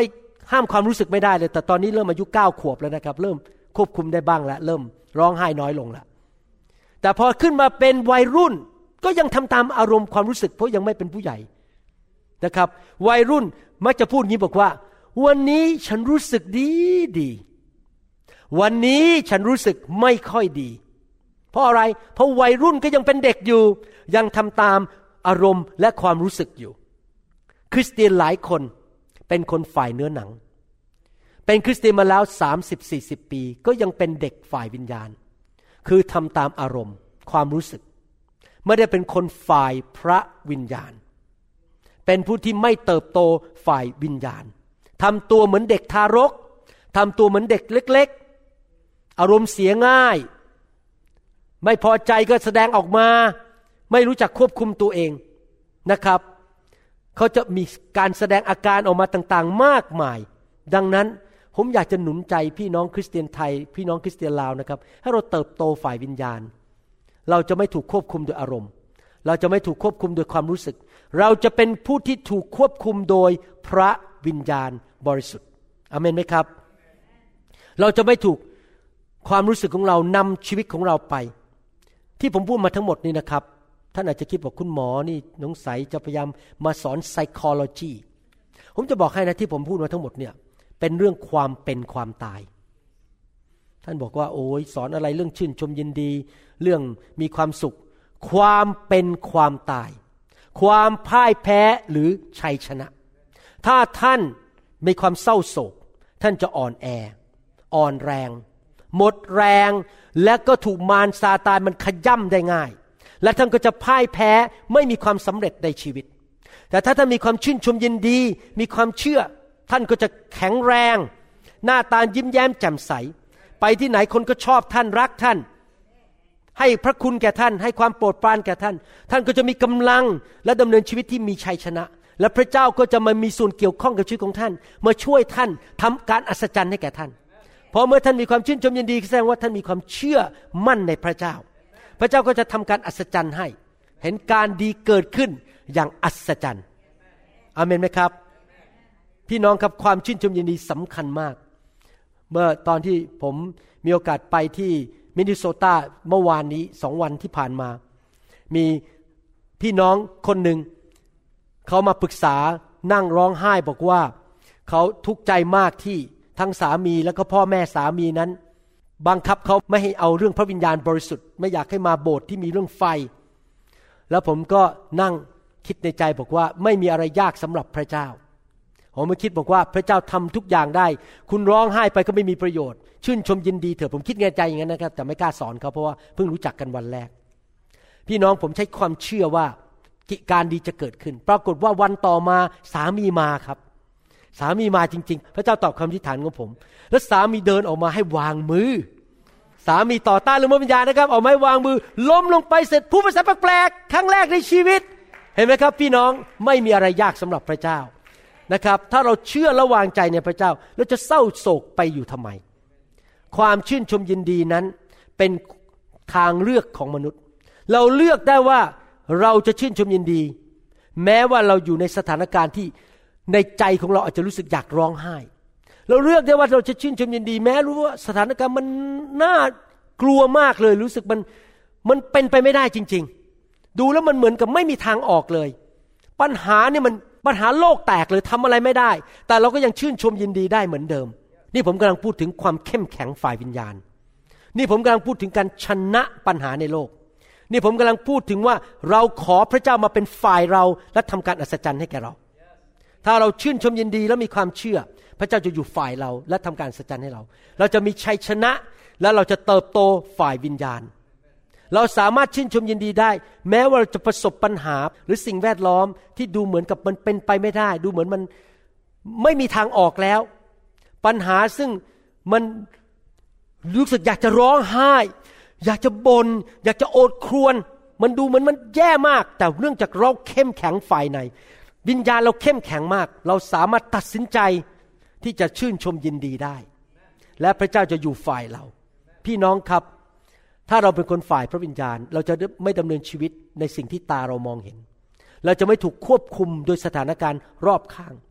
ห้ามความรู้สึกไม่ได้เลยแต่ตอนนี้เริ่มอายุเก้าขวบแล้วนะครับเริ่มควบคุมได้บ้างแล้วเริ่มร้องไห้น้อยลงแล้วแต่พอขึ้นมาเป็นวัยรุ่นก็ยังทำตามอารมณ์ความรู้สึกเพราะยังไม่เป็นผู้ใหญ่นะครับวัยรุ่นมักจะพูดงี้บอกว่าวันนี้ฉันรู้สึกดีดีวันนี้ฉันรู้สึกไม่ค่อยดีเพราะอะไรเพราะวัยรุ่นก็ยังเป็นเด็กอยู่ยังทำตามอารมณ์และความรู้สึกอยู่คริสเตียนหลายคนเป็นคนฝ่ายเนื้อหนังเป็นคริสเตียนมาแล้ว สามสิบสี่สิบ ปีก็ยังเป็นเด็กฝ่ายวิญญาณคือทำตามอารมณ์ความรู้สึกไม่ได้เป็นคนฝ่ายพระวิญญาณเป็นผู้ที่ไม่เติบโตฝ่ายวิญญาณทำตัวเหมือนเด็กทารกทำตัวเหมือนเด็กเล็กๆอารมณ์เสียง่ายไม่พอใจก็แสดงออกมาไม่รู้จักควบคุมตัวเองนะครับเขาจะมีการแสดงอาการออกมาต่างๆมากมายดังนั้นผมอยากจะหนุนใจพี่น้องคริสเตียนไทยพี่น้องคริสเตียนลาวนะครับให้เราเติบโตฝ่ายวิญญาณเราจะไม่ถูกควบคุมโดยอารมณ์เราจะไม่ถูกควบคุมโดยความรู้สึกเราจะเป็นผู้ที่ถูกควบคุมโดยพระวิญญาณบริสุทธิ์อาเมนไหมครับเราจะไม่ถูกความรู้สึกของเรานำชีวิตของเราไปที่ผมพูดมาทั้งหมดนี้นะครับท่านอาจจะคิดว่าคุณหมอนี่สงสัยจะพยายามมาสอน psychology ผมจะบอกให้นะที่ผมพูดมาทั้งหมดเนี่ยเป็นเรื่องความเป็นความตายท่านบอกว่าโอ้ยสอนอะไรเรื่องชื่นชมยินดีเรื่องมีความสุขความเป็นความตายความพ่ายแพ้หรือชัยชนะถ้าท่านมีความเศร้าโศกท่านจะอ่อนแออ่อนแรงหมดแรงและก็ถูกมารซาตานมันขย่ำได้ง่ายและท่านก็จะพ่ายแพ้ไม่มีความสำเร็จในชีวิตแต่ถ้าท่านมีความชื่นชมยินดีมีความเชื่อท่านก็จะแข็งแรงหน้าตายิ้มแย้มแจ่มใสไปที่ไหนคนก็ชอบท่านรักท่านให้พระคุณแก่ท่านให้ความโปรดปรานแก่ท่านท่านก็จะมีกำลังและดำเนินชีวิตที่มีชัยชนะและพระเจ้าก็จะมามีส่วนเกี่ยวข้องกับชีวิตของท่านมาช่วยท่านทำการอัศจรรย์ให้แก่ท่านเพราะเมื่อท่านมีความชื่นชมยินดีแสดงว่าท่านมีความเชื่อมั่นในพระเจ้าพระเจ้าก็จะทำการอัศจรรย์ให้เห็นการดีเกิดขึ้นอย่างอัศจรรย์อาเมนไหมครับพี่น้องครับความชื่นชมยินดีสำคัญมากเมื่อตอนที่ผมมีโอกาสไปที่มินนิโซตาเมื่อวานนี้สองวันที่ผ่านมามีพี่น้องคนหนึ่งเขามาปรึกษานั่งร้องไห้บอกว่าเขาทุกข์ใจมากที่ทั้งสามีและก็พ่อแม่สามีนั้นบังคับเขาไม่ให้เอาเรื่องพระวิญญาณบริสุทธิ์ไม่อยากให้มาโบสถ์ที่มีเรื่องไฟแล้วผมก็นั่งคิดในใจบอกว่าไม่มีอะไรยากสำหรับพระเจ้าผมไม่คิดบอกว่าพระเจ้าทำทุกอย่างได้คุณร้องไห้ไปก็ไม่มีประโยชน์ชื่นชมยินดีเถอะผมคิดในใจอย่างนั้นนะครับแต่ไม่กล้าสอนเขาเพราะว่าเพิ่งรู้จักกันวันแรกพี่น้องผมใช้ความเชื่อว่าการดีจะเกิดขึ้นปรากฏว่าวันต่อมาสามีมาครับสามีมาจริงๆพระเจ้าตอบคำอธิษฐานของผมแล้วสามีเดินออกมาให้วางมือสามีต่อต้านเรื่องวิญญาณนะครับออกมาให้วางมือล้มลงไปเสร็จพูดภาษาแปลกๆครั้งแรกในชีวิตเห็นไหมครับพี่น้องไม่มีอะไรยากสำหรับพระเจ้านะครับถ้าเราเชื่อและวางใจในพระเจ้าแล้วจะเศร้าโศกไปอยู่ทำไมความชื่นชมยินดีนั้นเป็นทางเลือกของมนุษย์เราเลือกได้ว่าเราจะชื่นชมยินดีแม้ว่าเราอยู่ในสถานการณ์ที่ในใจของเราอาจจะรู้สึกอยากร้องไห้เราเลือกได้ว่าเราจะชื่นชมยินดีแม้รู้ว่าสถานการณ์มันน่ากลัวมากเลยรู้สึกมันมันเป็นไปไม่ได้จริงๆดูแล้วมันเหมือนกับไม่มีทางออกเลยปัญหาเนี่ยมันปัญหาโลกแตกเลยทำอะไรไม่ได้แต่เราก็ยังชื่นชมยินดีได้เหมือนเดิมนี่ผมกำลังพูดถึงความเข้มแข็งฝ่ายวิญญาณนี่ผมกำลังพูดถึงการชนะปัญหาในโลกนี่ผมกำลังพูดถึงว่าเราขอพระเจ้ามาเป็นฝ่ายเราและทำการอัศจรรย์ให้แก่เราถ้าเราชื่นชมยินดีและมีความเชื่อพระเจ้าจะอยู่ฝ่ายเราและทำการอัศจรรย์ให้เราเราจะมีชัยชนะและเราจะเติบโตฝ่ายวิญญาณเราสามารถชื่นชมยินดีได้แม้ว่าเราจะประสบปัญหาหรือสิ่งแวดล้อมที่ดูเหมือนกับมันเป็นไปไม่ได้ดูเหมือนมันไม่มีทางออกแล้วปัญหาซึ่งมันรู้สึกอยากจะร้องไห้อยากจะบน่นอยากจะโอดครวญมันดูเหมือนมันแย่มากแต่เนื่องจากเราเข้มแข็งฝ่ายในวิญญาณเราเข้มแข็งมากเราสามารถตัดสินใจที่จะชื่นชมยินดีได้และพระเจ้าจะอยู่ฝ่ายเราพี่น้องครับถ้าเราเป็นคนฝ่ายพระวิญญาณเราจะไม่ดำเนินชีวิตในสิ่งที่ตาเรามองเห็นเราจะไม่ถูกควบคุมโดยสถานการณ์รอบข้าง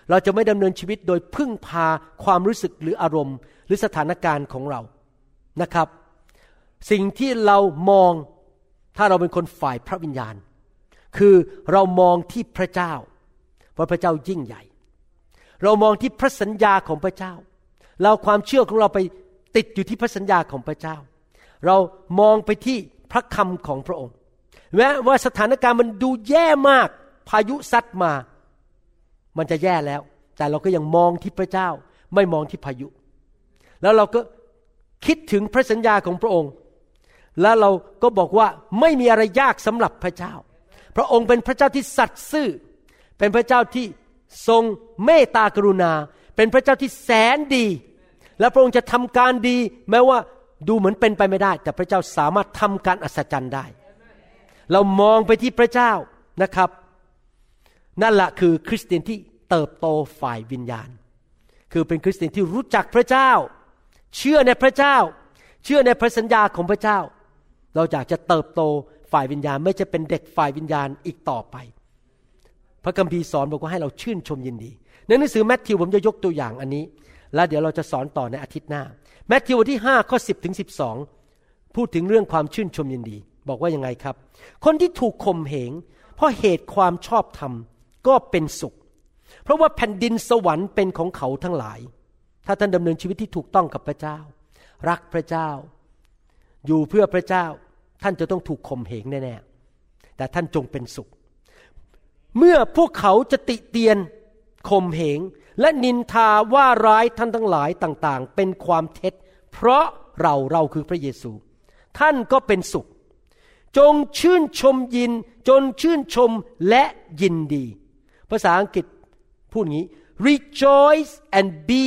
เราจะไม่ดำเนินชีวิตโดยพึ่งพาความรู้สึกหรืออารมณ์หรือสถานการณ์ของเรานะครับสิ่งที่เรามองถ้าเราเป็นคนฝ่ายพระวิญญาณคือเรามองที่พระเจ้าเพราะพระเจ้ายิ่งใหญ่เรามองที่พระสัญญาของพระเจ้าเราความเชื่อของเราไปติดอยู่ที่พระสัญญาของพระเจ้าเรามองไปที่พระคำของพระองค์แม้ว่าสถานการณ์มันดูแย่มากพายุซัดมามันจะแย่แล้วแต่เราก็ยังมองที่พระเจ้าไม่มองที่พายุแล้วเราก็คิดถึงพระสัญญาของพระองค์แล้วเราก็บอกว่าไม่มีอะไรยากสำหรับพระเจ้าพระองค์เป็นพระเจ้าที่สัตย์ซื่อเป็นพระเจ้าที่ทรงเมตตากรุณาเป็นพระเจ้าที่แสนดีและพระองค์จะทำการดีแม้ว่าดูเหมือนเป็นไปไม่ได้แต่พระเจ้าสามารถทำการอัศจรรย์ได้เรามองไปที่พระเจ้านะครับนั่นแหละคือคริสเตียนที่เติบโตฝ่ายวิญญาณคือเป็นคริสเตียนที่รู้จักพระเจ้าเชื่อในพระเจ้าเชื่อในพระสัญญาของพระเจ้าเราอยากจะเติบโตฝ่ายวิญญาณไม่จะเป็นเด็กฝ่ายวิญญาณอีกต่อไปพระคัมภีร์สอนบอกว่าให้เราชื่นชมยินดีในหนังสือแมทธิวผมจะยกตัวอย่างอันนี้แล้วเดี๋ยวเราจะสอนต่อในอาทิตย์หน้าแมทธิวบทที่ห้าข้อสิบถึงสิบสองพูดถึงเรื่องความชื่นชมยินดีบอกว่ายังไงครับคนที่ถูกข่มเหงเพราะเหตุความชอบธรรมก็เป็นสุขเพราะว่าแผ่นดินสวรรค์เป็นของเขาทั้งหลายถ้าท่านดำเนินชีวิตที่ถูกต้องกับพระเจ้ารักพระเจ้าอยู่เพื่อพระเจ้าท่านจะต้องถูกข่มเหงแน่ๆแต่ท่านจงเป็นสุขเมื่อพวกเขาจะติเตียนข่มเหงและนินทาว่าร้ายท่านทั้งหลายต่างๆเป็นความเท็จเพราะเราเราคือพระเยซูท่านก็เป็นสุขจงชื่นชมยินจนชื่นชมและยินดีภาษาอังกฤษพูดงี้ rejoice and be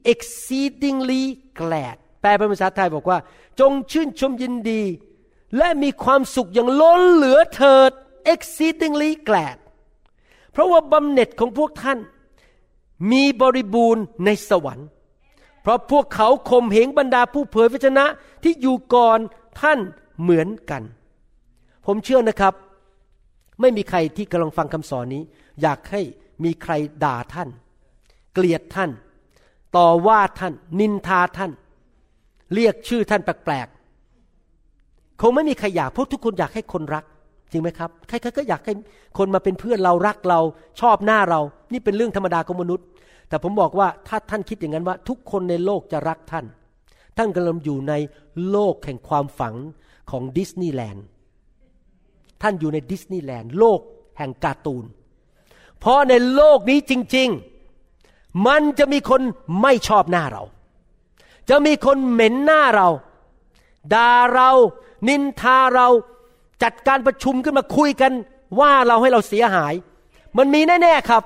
exceedingly glad แปลเป็นภาษาไทยบอกว่าจงชื่นชมยินดีและมีความสุขอย่างล้นเหลือเถิด exceedingly glad เพราะว่าบำเหน็จของพวกท่านมีบริบูรณ์ในสวรรค์เพราะพวกเขาข่มเหงบรรดาผู้เผยพระชนะที่อยู่ก่อนท่านเหมือนกันผมเชื่อนะครับไม่มีใครที่กำลังฟังคำสอนนี้อยากให้มีใครด่าท่านเกลียดท่านต่อว่าท่านนินทาท่านเรียกชื่อท่านแปลกๆคงไม่มีใครอยากเพราะทุกคนอยากให้คนรักจริงไหมครับใครๆก็อยากให้คนมาเป็นเพื่อนเรารักเราชอบหน้าเรานี่เป็นเรื่องธรรมดาของมนุษย์แต่ผมบอกว่าถ้าท่านคิดอย่างนั้นว่าทุกคนในโลกจะรักท่านท่านกำลังอยู่ในโลกแห่งความฝันของดิสนีย์แลนด์ท่านอยู่ในดิสนีย์แลนด์โลกแห่งการ์ตูนเพราะในโลกนี้จริงๆมันจะมีคนไม่ชอบหน้าเราจะมีคนเหม็นหน้าเราด่าเรานินทาเราจัดการประชุมขึ้นมาคุยกันว่าเราให้เราเสียหายมันมีแน่ๆครับ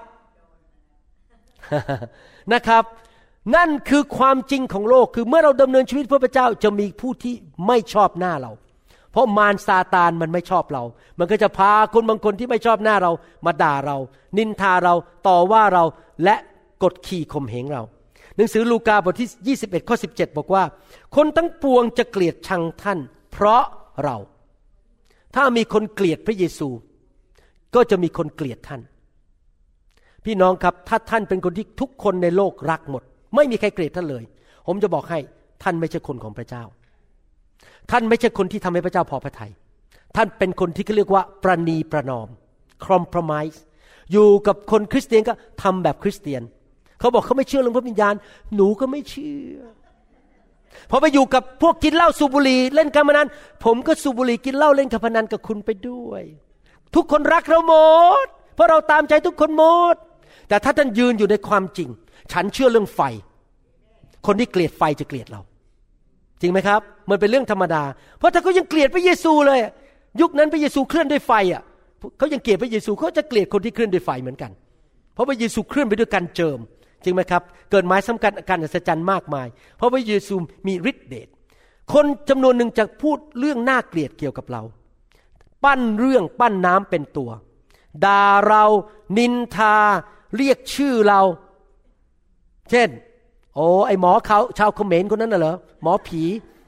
นะครับนั่นคือความจริงของโลกคือเมื่อเราดำเนินชีวิตเพื่อพระเจ้าจะมีผู้ที่ไม่ชอบหน้าเราเพราะมารซาตานมันไม่ชอบเรามันก็จะพาคนบางคนที่ไม่ชอบหน้าเรามาด่าเรานินทาเราต่อว่าเราและกดขี่ข่มเหงเราหนังสือลูกาบทที่ยี่สิบเอ็ดข้อสิบเจ็ดบอกว่าคนทั้งปวงจะเกลียดชังท่านเพราะเราถ้ามีคนเกลียดพระเยซูก็จะมีคนเกลียดท่านพี่น้องครับถ้าท่านเป็นคนที่ทุกคนในโลกรักหมดไม่มีใครเกลียดท่านเลยผมจะบอกให้ท่านไม่ใช่คนของพระเจ้าท่านไม่ใช่คนที่ทำให้พระเจ้าพอพระทัยท่านเป็นคนที่เขาเรียกว่าประนีประนอม compromise อยู่กับคนคริสเตียนก็ทำแบบคริสเตียนเขาบอกเขาไม่เชื่อเรื่องพระวิญญาณหนูก็ไม่เชื่อพอไปอยู่กับพวกกินเหล้าสูบบุหรี่เล่นการพนันผมก็สูบบุหรี่กินเหล้าเล่นการพนันกับคุณไปด้วยทุกคนรักเราหมดเพราะเราตามใจทุกคนหมดแต่ถ้าท่านยืนอยู่ในความจริงฉันเชื่อเรื่องไฟคนที่เกลียดไฟจะเกลียดเราจริงไหมครับมันเป็นเรื่องธรรมดาเพราะถ้าเขายังเกลียดพระเยซูเลยยุคนั้นพระเยซูเคลื่อนด้วยไฟอ่ะเขายังเกลียดพระเยซูเขาจะเกลียดคนที่เคลื่อนด้วยไฟเหมือนกันเพราะพระเยซูเคลื่อนไปด้วยการเจิมจริงไหมครับเกิดหมายสำคัญการอัศจรรย์มากมายเพราะพระเยซูมีฤทธิ์เดชคนจำนวนหนึ่งจะพูดเรื่องน่าเกลียดเกี่ยวกับเราปั้นเรื่องปั้นน้ำเป็นตัวด่าเรานินทาเรียกชื่อเราเช่นโอ้ไอหมอเขาชาวเขมรคนนั้นน่ะเหรอหมอผี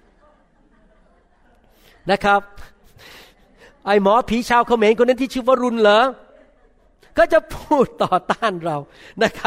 นะครับไอหมอผีชาวเขมรคนนั้นที่ชื่อวรุณเหรอก็จะพูดต่อต้านเรานะครับ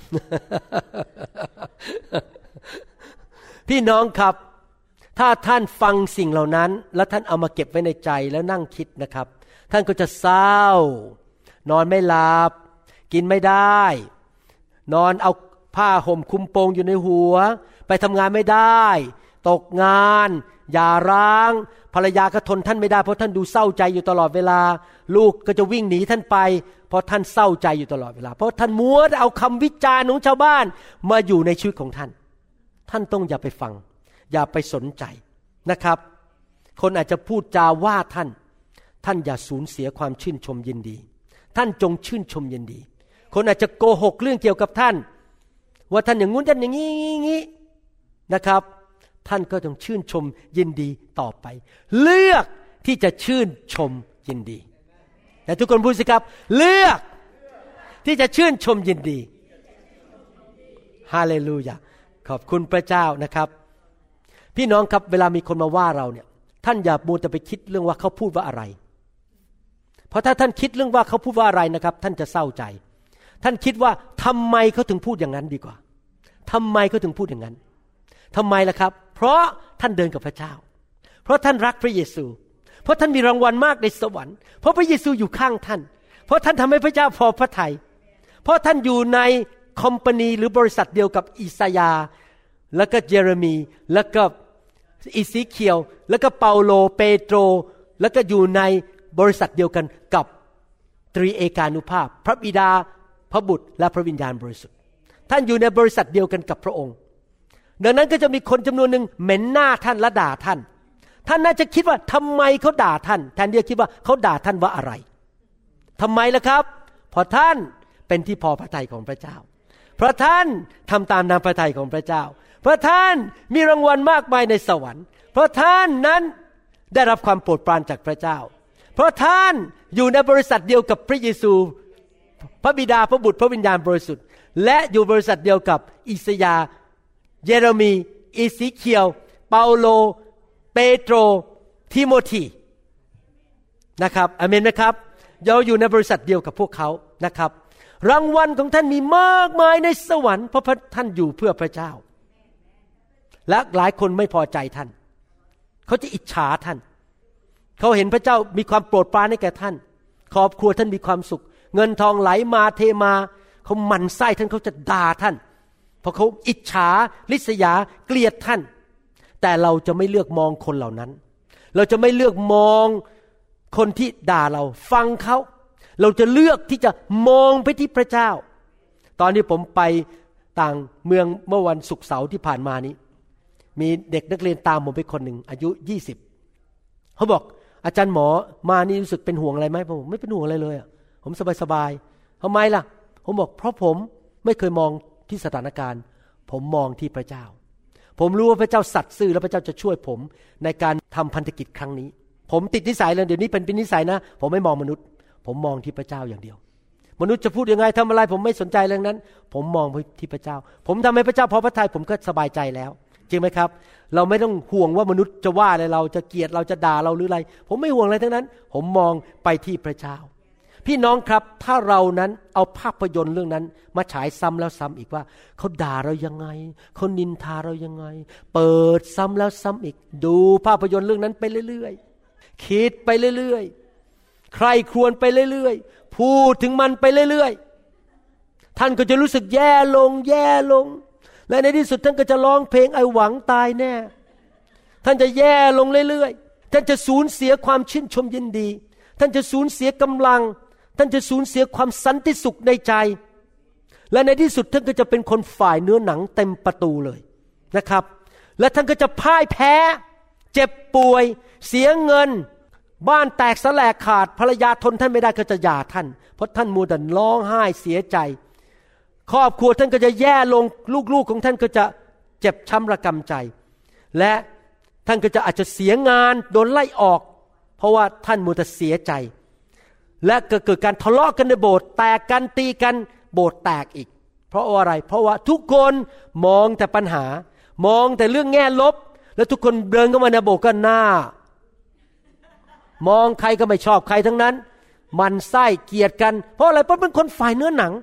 พี่น้องครับถ้าท่านฟังสิ่งเหล่านั้นแล้วท่านเอามาเก็บไว้ในใจแล้วนั่งคิดนะครับท่านก็จะเศร้านอนไม่หลับกินไม่ได้นอนเอาผ้าห่มคลุมโปงอยู่ในหัวไปทำงานไม่ได้ตกงานหย่าร้างภรรยาก็ทนท่านไม่ได้เพราะท่านดูเศร้าใจอยู่ตลอดเวลาลูกก็จะวิ่งหนีท่านไปเพราะท่านเศร้าใจอยู่ตลอดเวลาเพราะท่านมัวเอาคำวิจารณ์ของชาวบ้านมาอยู่ในชีวิตของท่านท่านต้องอย่าไปฟังอย่าไปสนใจนะครับคนอาจจะพูดจาว่าท่านท่านอย่าสูญเสียความชื่นชมยินดีท่านจงชื่นชมยินดีคนอาจจะโกหกเรื่องเกี่ยวกับท่านว่าท่านอย่างงู้นท่านอย่างนี้งี้นะครับท่านก็ต้องชื่นชมยินดีต่อไปเลือกที่จะชื่นชมยินดีแต่ทุกคนพูดสิครับเลือกที่จะชื่นชมยินดีฮาเลลูยาขอบคุณพระเจ้านะครับพี่น้องครับเวลามีคนมาว่าเราเนี่ยท่านอย่ามัวแต่ไปคิดเรื่องว่าเขาพูดว่าอะไรเพราะถ้าท่านคิดเรื่องว่าเขาพูดว่าอะไรนะครับท่านจะเศร้าใจท่านคิดว่าทำไมเขาถึงพูดอย่างนั้นดีกว่าทำไมเขาถึงพูดอย่างนั้นทำไมล่ะครับเพราะท่านเดินกับพระเจ้าเพราะท่านรักพระเยซูเพราะท่านมีรางวัลมากในสวรรค์เพราะพระเยซูอยู่ข้างท่านเพราะท่านทำให้พระเจ้าพอพระทัยเพราะท่านอยู่ในคอมพานีหรือบริษัทเดียวกับอิสยาห์แล้วก็เยเรมีแล้วก็อิซิเคียลแล้วก็เปาโลเปโตรแล้วก็อยู่ในบริษัทเดียวกันกับตรีเอกานุภาพพระบิดาพระบุตรและพระวิญญาณบริสุทธิ์ท่านอยู่ในบริษัทเดียวกันกับพระองค์ดังนั้นก็จะมีคนจำนวนหนึ่งเหม็นหน้าท่านและด่าท่านท่านน่าจะคิดว่าทำไมเขาด่าท่านแทนที่จะคิดว่าเขาด่าท่านว่าอะไรทำไมล่ะครับเพราะท่านเป็นที่พอพระทัยของพระเจ้าเพราะท่านทำตามน้ำพระทัยของพระเจ้าเพราะท่านมีรางวัลมากมายในสวรรค์เพราะท่านนั้นได้รับความโปรดปรานจากพระเจ้าเพราะท่านอยู่ในบริษัทเดียวกับพระเยซูพระบิดาพระบุตรพระวิญญาณบริสุทธิ์และอยู่บริษัทเดียวกับอิสยาห์เยเรมีอิซิเคียลเปาโลเปโตรทิโมธีนะครับอาเมนไหมครับเราอยู่ในบริษัทเดียวกับพวกเขานะครับรางวัลของท่านมีมากมายในสวรรค์เพราะท่านอยู่เพื่อพระเจ้าและหลายคนไม่พอใจท่านเขาจะอิจฉาท่านเขาเห็นพระเจ้ามีความโปรดปรานให้แก่ท่านครอบครัวท่านมีความสุขเงินทองไหลมาเทมาเขาหมั่นไส้ท่านเขาจะด่าท่านเพราะเขาอิจฉาริษยาเกลียดท่านแต่เราจะไม่เลือกมองคนเหล่านั้นเราจะไม่เลือกมองคนที่ด่าเราฟังเขาเราจะเลือกที่จะมองไปที่พระเจ้าตอนนี้ผมไปต่างเมืองเมื่อวันศุกร์เสาร์ที่ผ่านมานี้มีเด็กนักเรียนตามผมไปคนหนึ่งอายุยี่สิบเขาบอกอาจารย์หมอมานี่รู้สึกเป็นห่วงอะไรไหมผมไม่เป็นห่วงอะไรเลยอ่ะผมสบายๆทำไมล่ะผมบอกเพราะผมไม่เคยมองที่สถานการณ์ผมมองที่พระเจ้าผมรู้ว่าพระเจ้าสัตย์ซื่อและพระเจ้าจะช่วยผมในการทำพันธกิจครั้งนี้ผมติดนิสัยเลยเดี๋ยวนี้เป็นเป็นนิสัยนะผมไม่มองมนุษย์ผมมองที่พระเจ้าอย่างเดียวมนุษย์จะพูดยังไงทำอะไรผมไม่สนใจเรื่องนั้นผมมองไปที่พระเจ้าผมทำให้พระเจ้าพอพระทัยผมก็สบายใจแล้วจริงไหมครับเราไม่ต้องห่วงว่ามนุษย์จะว่าอะไรเราจะเกลียดเราจะด่าเราหรืออะไรผมไม่ห่วงอะไรทั้งนั้นผมมองไปที่พระเจ้าพี่น้องครับถ้าเรานั้นเอาภาพยนตร์เรื่องนั้นมาฉายซ้ำแล้วซ้ำอีกว่าเขาด่าเรายังไงเขานินทาเรายังไงเปิดซ้ำแล้วซ้ำอีกดูภาพยนตร์เรื่องนั้นไปเรื่อยๆคิดไปเรื่อยๆใครครวญไปเรื่อยๆพูดถึงมันไปเรื่อยๆท่านก็จะรู้สึกแย่ลงแย่ลงและในที่สุดท่านก็จะร้องเพลงไอ้หวังตายแน่ท่านจะแย่ลงเรื่อยๆท่านจะสูญเสียความชื่นชมยินดีท่านจะสูญเสียกำลังท่านจะสูญเสียความสันติสุขในใจและในที่สุดท่านก็จะเป็นคนฝ่ายเนื้อหนังเต็มประตูเลยนะครับและท่านก็จะพ่ายแพ้เจ็บป่วยเสียเงินบ้านแตกสลายขาดภรรยาทนท่านไม่ได้ก็จะหย่าท่านเพราะท่านมัวแต่ร้องไห้เสียใจครอบครัวท่านก็จะแย่ลงลูกๆของท่านก็จะเจ็บช้ำระกำใจและท่านก็จะอาจจะเสียงานโดนไล่ออกเพราะว่าท่านมัวแต่เสียใจและเกิดการทะเลาะกันในโบสถ์แตกกันตีกันโบสถ์แตกอีกเพราะอะไรเพราะว่าทุกคนมองแต่ปัญหามองแต่เรื่องแง่ลบแล้วทุกคนเดินเข้ามาในโบสถ์ก็หน้ามองใครก็ไม่ชอบใครทั้งนั้นมันไส้เกลียดกันเพราะอะไรเพราะเป็นคนฝ่ายเนื้อหนัง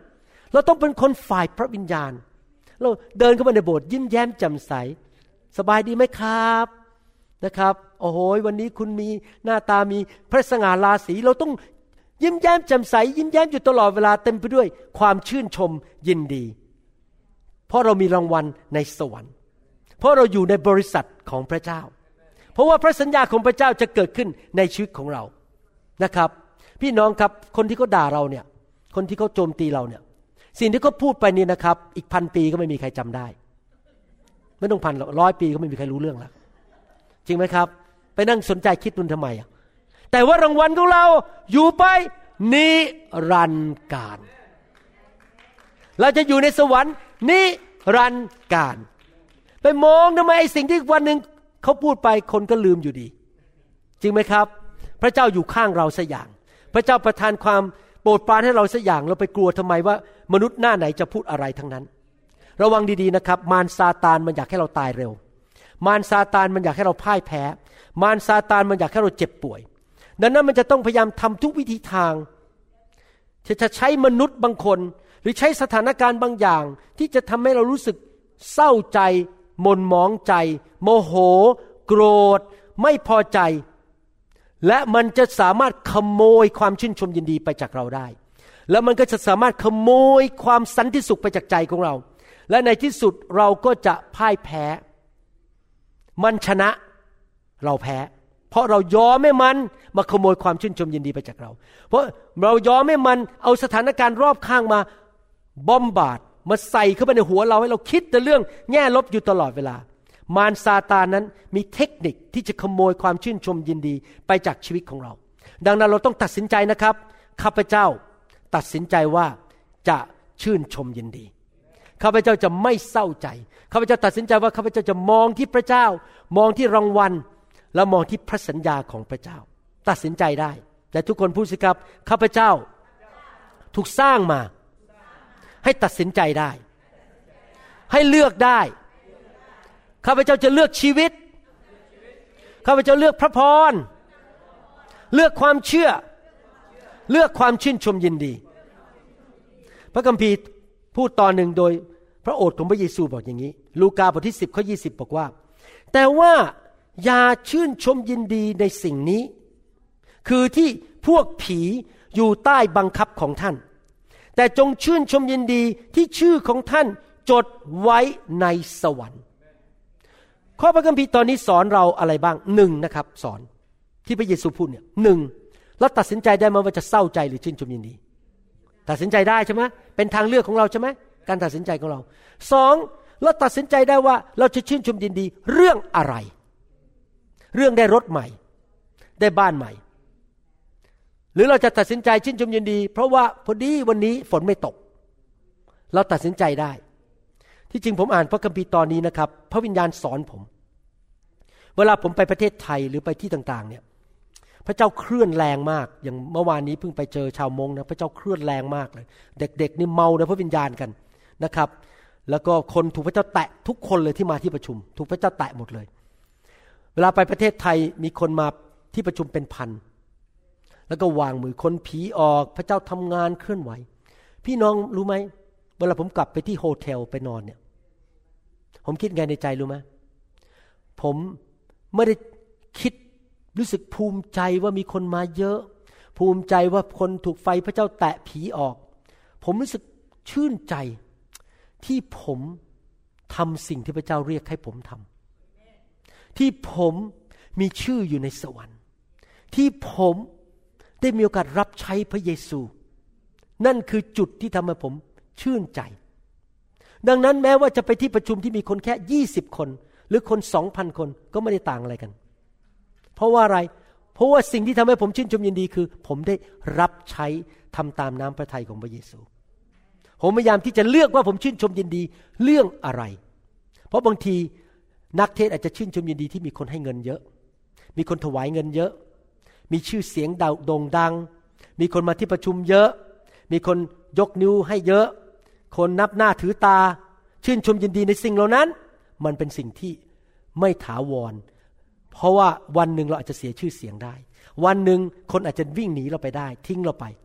เราต้องเป็นคนฝ่ายพระวิญญาณเราเดินเข้ามาในโบสถ์ยิ้มแย้มแจ่มใสสบายดีไหมครับนะครับโอ้โหวันนี้คุณมีหน้าตามีพระสง่าราศีเราต้องยิ้มแย้มแจ่มใสยิ้มแย้มอยู่ตลอดเวลาเต็มไปด้วยความชื่นชมยินดีเพราะเรามีรางวัลในสวรรค์เพราะเราอยู่ในบริษัทของพระเจ้าเพราะว่าพระสัญญาของพระเจ้าจะเกิดขึ้นในชีวิตของเรานะครับพี่น้องครับคนที่เขาด่าเราเนี่ยคนที่เขาโจมตีเราเนี่ยสิ่งที่เขาพูดไปนี่นะครับอีกพันปีก็ไม่มีใครจำได้ไม่ต้องพันหรอกร้อยปีก็ไม่มีใครรู้เรื่องแล้วจริงไหมครับไปนั่งสนใจคิดดูทำไมอ่ะแต่ว่ารางวัลของเราอยู่ไปนิรันดร์กาลเราจะอยู่ในสวรรค์นิรันดร์กาลไปมองทำไมไอ้สิ่งที่วันหนึ่งเขาพูดไปคนก็ลืมอยู่ดีจริงไหมครับพระเจ้าอยู่ข้างเราสักอย่างพระเจ้าประทานความโปรดปรานให้เราสักอย่างเราไปกลัวทำไมว่ามนุษย์หน้าไหนจะพูดอะไรทั้งนั้นระวังดีๆนะครับมารซาตานมันอยากให้เราตายเร็วมารซาตานมันอยากให้เราพ่ายแพ้มารซาตานมันอยากให้เราเจ็บป่วยดังนั้นมันจะต้องพยายามทำทุกวิธีทางที่จะใช้มนุษย์บางคนหรือใช้สถานการณ์บางอย่างที่จะทำให้เรารู้สึกเศร้าใจหม่นหมองใจโมโหโกรธไม่พอใจและมันจะสามารถขโมยความชื่นชมยินดีไปจากเราได้แล้วมันก็จะสามารถขโมยความสันติสุขไปจากใจของเราและในที่สุดเราก็จะพ่ายแพ้มันชนะเราแพ้เพราะเรายอมให้มันมาขโมยความชื่นชมยินดีไปจากเราเพราะเรายอมให้มันเอาสถานการณ์รอบข้างมาบอมบาดมาใส่เข้าไปในหัวเราให้เราคิดแต่เรื่องแง่ลบอยู่ตลอดเวลามารซาตานนั้นมีเทคนิคที่จะขโมยความชื่นชมยินดีไปจากชีวิตของเราดังนั้นเราต้องตัดสินใจนะครับข้าพเจ้าตัดสินใจว่าจะชื่นชมยินดีข้าพเจ้าจะไม่เศร้าใจข้าพเจ้าตัดสินใจว่าข้าพเจ้าจะมองที่พระเจ้ามองที่รางวัลและมองที่พระสัญญาของพระเจ้าตัดสินใจได้แต่ทุกคนพูดสิครับข้าพเจ้าถูกสร้างมาให้ตัดสินใจได้ให้เลือกได้ข้าพเจ้าจะเลือกชีวิตข้าพเจ้าเลือกพระพรเลือกความเชื่อเลือกความชื่นชมยินดีพระคัมภีร์พูดตอนหนึ่งโดยพระโอษฐ์ของพระเยซูบอกอย่างนี้ลูกาบทที่สิบข้อยี่สิบบอกว่าแต่ว่าอย่าชื่นชมยินดีในสิ่งนี้คือที่พวกผีอยู่ใต้บังคับของท่านแต่จงชื่นชมยินดีที่ชื่อของท่านจดไว้ในสวรรค์ข้อพระคัมภีร์ตอนนี้สอนเราอะไรบ้างหนึ่งนะครับสอนที่พระเยซูพูดเนี่ยหนึ่งเราตัดสินใจได้ไหมว่าจะเศร้าใจหรือชื่นชมยินดีตัดสินใจได้ใช่ไหมเป็นทางเลือกของเราใช่ไหมการตัดสินใจของเราสองเราตัดสินใจได้ว่าเราจะชื่นชมยินดีเรื่องอะไรเรื่องได้รถใหม่ได้บ้านใหม่หรือเราจะตัดสินใจชื่นชมยินดีเพราะว่าพอดีวันนี้ฝนไม่ตกเราตัดสินใจได้ที่จริงผมอ่านพระคัมภีร์ตอนนี้นะครับพระวิญญาณสอนผมเวลาผมไปประเทศไทยหรือไปที่ต่างๆเนี่ยพระเจ้าเคลื่อนแรงมากอย่างเมื่อวานนี้เพิ่งไปเจอชาวมงนะพระเจ้าเคลื่อนแรงมากเลยเด็กๆนี่เมาในพระวิญญาณกันนะครับแล้วก็คนถูกพระเจ้าแตะทุกคนเลยที่มาที่ประชุมถูกพระเจ้าแตะหมดเลยเวลาไปประเทศไทยมีคนมาที่ประชุมเป็นพันแล้วก็วางมือคนผีออกพระเจ้าทำงานเคลื่อนไหวพี่น้องรู้ไหมเวลาผมกลับไปที่โฮเทลไปนอนเนี่ยผมคิดไงในใจรู้ไหมผมไม่ได้คิดรู้สึกภูมิใจว่ามีคนมาเยอะภูมิใจว่าคนถูกไฟพระเจ้าแตะผีออกผมรู้สึกชื่นใจที่ผมทำสิ่งที่พระเจ้าเรียกให้ผมทำที่ผมมีชื่ออยู่ในสวรรค์ที่ผมได้มีโอกาสรับใช้พระเยซูนั่นคือจุดที่ทำให้ผมชื่นใจดังนั้นแม้ว่าจะไปที่ประชุมที่มีคนแค่ยี่สิบคนหรือคน สองพัน คนก็ไม่ได้ต่างอะไรกันเพราะว่าอะไรเพราะว่าสิ่งที่ทำให้ผมชื่นชมยินดีคือผมได้รับใช้ทำตามน้ำพระทัยของพระเยซูผมพยายามที่จะเลือกว่าผมชื่นชมยินดีเรื่องอะไรเพราะบางทีนักเทศอาจจะชื่นชมยินดีที่มีคนให้เงินเยอะมีคนถวายเงินเยอะมีชื่อเสียงโด่งดังมีคนมาที่ประชุมเยอะมีคนยกนิ้วให้เยอะคนนับหน้าถือตาชื่นชมยินดีในสิ่งเหล่านั้นมันเป็นสิ่งที่ไม่ถาวรเพราะว่าวันหนึ่งเราอาจจะเสียชื่อเสียงได้วันหนึ่งคนอาจจะวิ่งหนีเราไปได้ทิ้งเราไป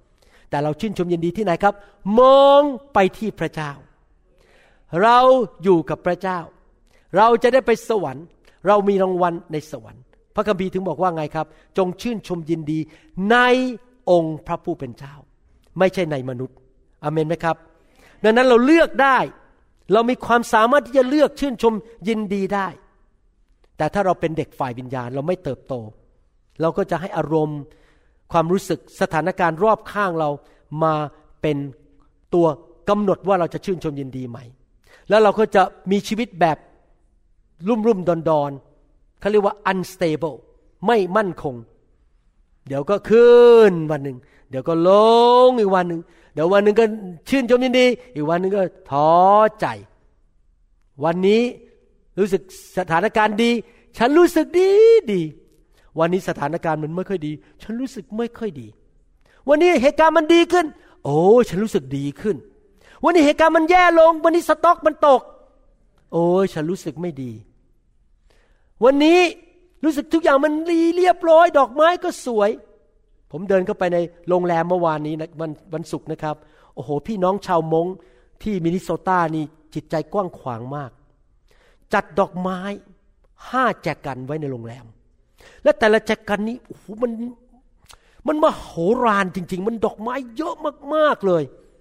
แต่เราชื่นชมยินดีที่ไหนครับมองไปที่พระเจ้าเราอยู่กับพระเจ้าเราจะได้ไปสวรรค์เรามีรางวัลในสวรรค์พระคัมภีร์ถึงบอกว่าไงครับจงชื่นชมยินดีในองค์พระผู้เป็นเจ้าไม่ใช่ในมนุษย์อาเมนไหมครับดังนั้นเราเลือกได้เรามีความสามารถที่จะเลือกชื่นชมยินดีได้แต่ถ้าเราเป็นเด็กฝ่ายวิญญาณเราไม่เติบโตเราก็จะให้อารมณ์ความรู้สึกสถานการณ์รอบข้างเรามาเป็นตัวกำหนดว่าเราจะชื่นชมยินดีไหมแล้วเราก็จะมีชีวิตแบบลุ่มลุ่มดอนดอนเขาเรียกว่า unstable ไม่มั่นคงเดี๋ยวก็ขึ้นวันหนึ่งเดี๋ยวก็ลงอีกวันหนึ่งเดี๋ยววันหนึ่งก็ชื่นชมยินดีอีกวันหนึ่งก็ท้อใจวันนี้รู้สึกสถานการณ์ดีฉันรู้สึกดีดีวันนี้สถานการณ์มันไม่ค่อยดีฉันรู้สึกไม่ค่อยดีวันนี้เหตุการณ์มันดีขึ้นโอ้ฉันรู้สึกดีขึ้นวันนี้เหตุการณ์มันแย่ลงวันนี้สต็อกมันตกโอ้ฉันรู้สึกไม่ดีวันนี้รู้สึกทุกอย่างมันดีเรียบร้อยดอกไม้ก็สวยผมเดินเข้าไปในโรงแรมเมื่อวานนี้นะวันวันศุกร์นะครับโอ้โหพี่น้องชาวมงที่มินนิโซตานี่จิตใจกว้างขวางมากจัดดอกไม้ห้าแจกันไว้ในโรงแรมและแต่ละแจกันนี้โอ้โหมันมันมโหฬารจริงๆมันดอกไม้เยอะมากๆเลย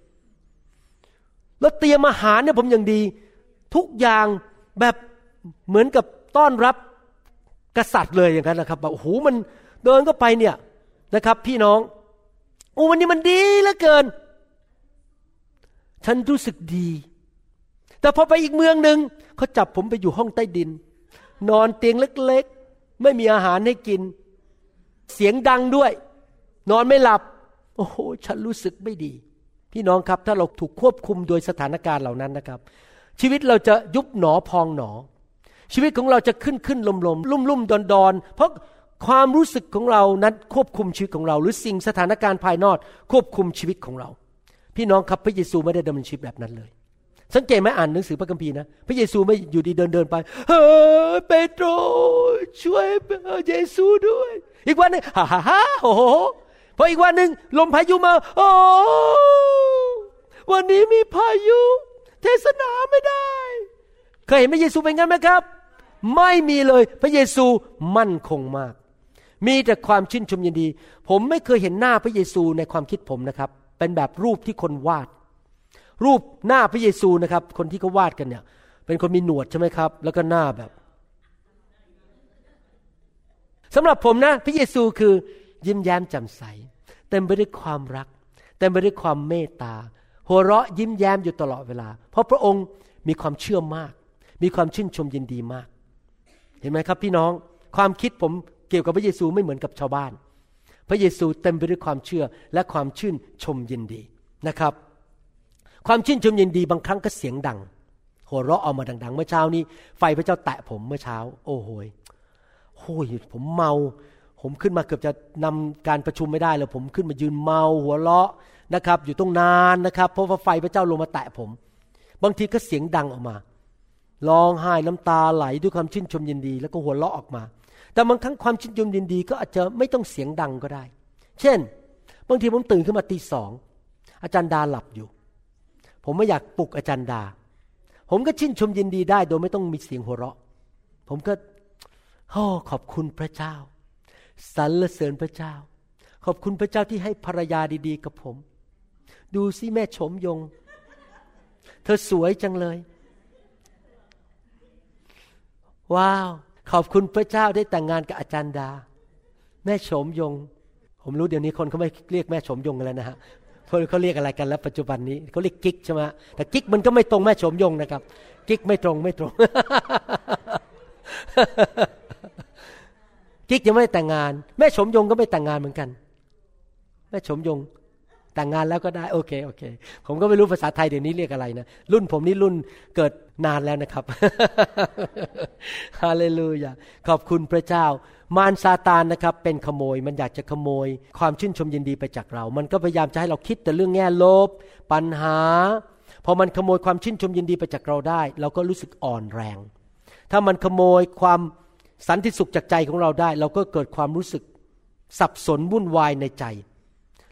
แล้วเตรียมอาหารเนี่ยผมอย่างดีทุกอย่างแบบเหมือนกับต้อนรับกษัตริย์เลยอย่างนั้นนะครับแบบโอ้โหมันเดินเข้าไปเนี่ยนะครับพี่น้องโอ้วันนี้มันดีเหลือเกินฉันรู้สึกดีแต่พอไปอีกเมืองนึงเขาจับผมไปอยู่ห้องใต้ดินนอนเตียงเล็กๆไม่มีอาหารให้กินเสียงดังด้วยนอนไม่หลับโอ้โหฉันรู้สึกไม่ดีพี่น้องครับถ้าเราถูกควบคุมโดยสถานการณ์เหล่านั้นนะครับชีวิตเราจะยุบหนอพองหนอชีวิตของเราจะขึ้นขึ้นลมลมลุ่มลุ่มดอนดอนเพราะความรู้สึกของเรานั้นควบคุมชีวิตของเราหรือสิ่งสถานการณ์ภายนอกควบคุมชีวิตของเราพี่น้องครับพระเยซูไม่ได้ดำเนินชีวิตแบบนั้นเลยสังเกตไหมอ่านหนังสือพระคัมภีร์นะพระเยซูไม่อยู่ดีเดินเดินไปเฮ้ยเปโตรช่วยเยซูด้วยอีกวันนึงฮ่าฮ่าฮ่าโอ้โหพออีกวันนึงลมพายุมาโอ้วันนี้มีพายุเทศนาไม่ได้เคยเห็นพระเยซูเป็นงั้นไหมครับไม่มีเลยพระเยซูมั่นคงมากมีแต่ความชื่นชมยินดีผมไม่เคยเห็นหน้าพระเยซูในความคิดผมนะครับเป็นแบบรูปที่คนวาดรูปหน้าพระเยซูนะครับคนที่เขาวาดกันเนี่ยเป็นคนมีหนวดใช่ไหมครับแล้วก็หน้าแบบสำหรับผมนะพระเยซูคือยิ้มแย้มแจ่มใสเต็มไปด้วยความรักเต็มไปด้วยความเมตตาหัวเราะยิ้มแย้มอยู่ตลอดเวลาเพราะพระองค์มีความเชื่อมากมีความชื่นชมยินดีมากเห็นไหมครับพี่น้องความคิดผมเกี่ยวกับพระเยซูไม่เหมือนกับชาวบ้านพระเยซูเต็มไปด้วยความเชื่อและความชื่นชมยินดีนะครับความชื่นชมยินดีบางครั้งก็เสียงดังหัวเราะออกมาดังๆเมื่อเช้านี้ไฟพระเจ้าแตะผมเมื่อเช้าโอ้โหยโอ้ยผมเมาผมขึ้นมาเกือบจะนำการประชุมไม่ได้เลยผมขึ้นมายืนเมาหัวเราะนะครับอยู่ตรงนานนะครับเพราะว่าไฟพระเจ้าลงมาแตะผมบางทีก็เสียงดังออกมาร้องไห้น้ำตาไหลด้วยความชื่นชมยินดีแล้วก็หัวเราะออกมาแต่บางครั้งความชื่นชมยินดีก็อาจจะไม่ต้องเสียงดังก็ได้เช่นบางทีผมตื่นขึ้นมาตีสองอาจารย์ดาหลับอยู่ผมไม่อยากปลุกอาจารย์ดาผมก็ชื่นชมยินดีได้โดยไม่ต้องมีเสียงหัวเราะผมก็โอ้ขอบคุณพระเจ้าสรรเสริญพระเจ้าขอบคุณพระเจ้าที่ให้ภรรยาดีๆกับผมดูสิแม่ชมยงเธอสวยจังเลยว้าวขอบคุณพระเจ้าได้แต่งงานกับอาจารย์ดาแม่ชมยงผมรู้เดี๋ยวนี้คนเขาไม่เรียกแม่ชมยงกันแล้วนะฮะเขาเรียกอะไรกันแล้วปัจจุบันนี้เขาเรียกกิ๊กใช่ไหมแต่กิ๊กมันก็ไม่ตรงแม่ชมยงนะครับกิ๊กไม่ตรงไม่ตรง กิ๊กยังไม่แต่งงานแม่ชมยงก็ไม่แต่งงานเหมือนกันแม่ชมยงแต่งงานแล้วก็ได้โอเคโอเคผมก็ไม่รู้ภาษาไทยเดี๋ยวนี้เรียกอะไรนะรุ่นผมนี่รุ่นเกิดนานแล้วนะครับ ฮาเลลูยาขอบคุณพระเจ้ามารซาตานนะครับเป็นขโมยมันอยากจะขโมยความชื่นชมยินดีไปจากเรามันก็พยายามจะให้เราคิดแต่เรื่องแง่ลบปัญหาพอมันขโมยความชื่นชมยินดีไปจากเราได้เราก็รู้สึกอ่อนแรงถ้ามันขโมยความสันติสุขจากใจของเราได้เราก็เกิดความรู้สึกสับสนวุ่นวายในใจ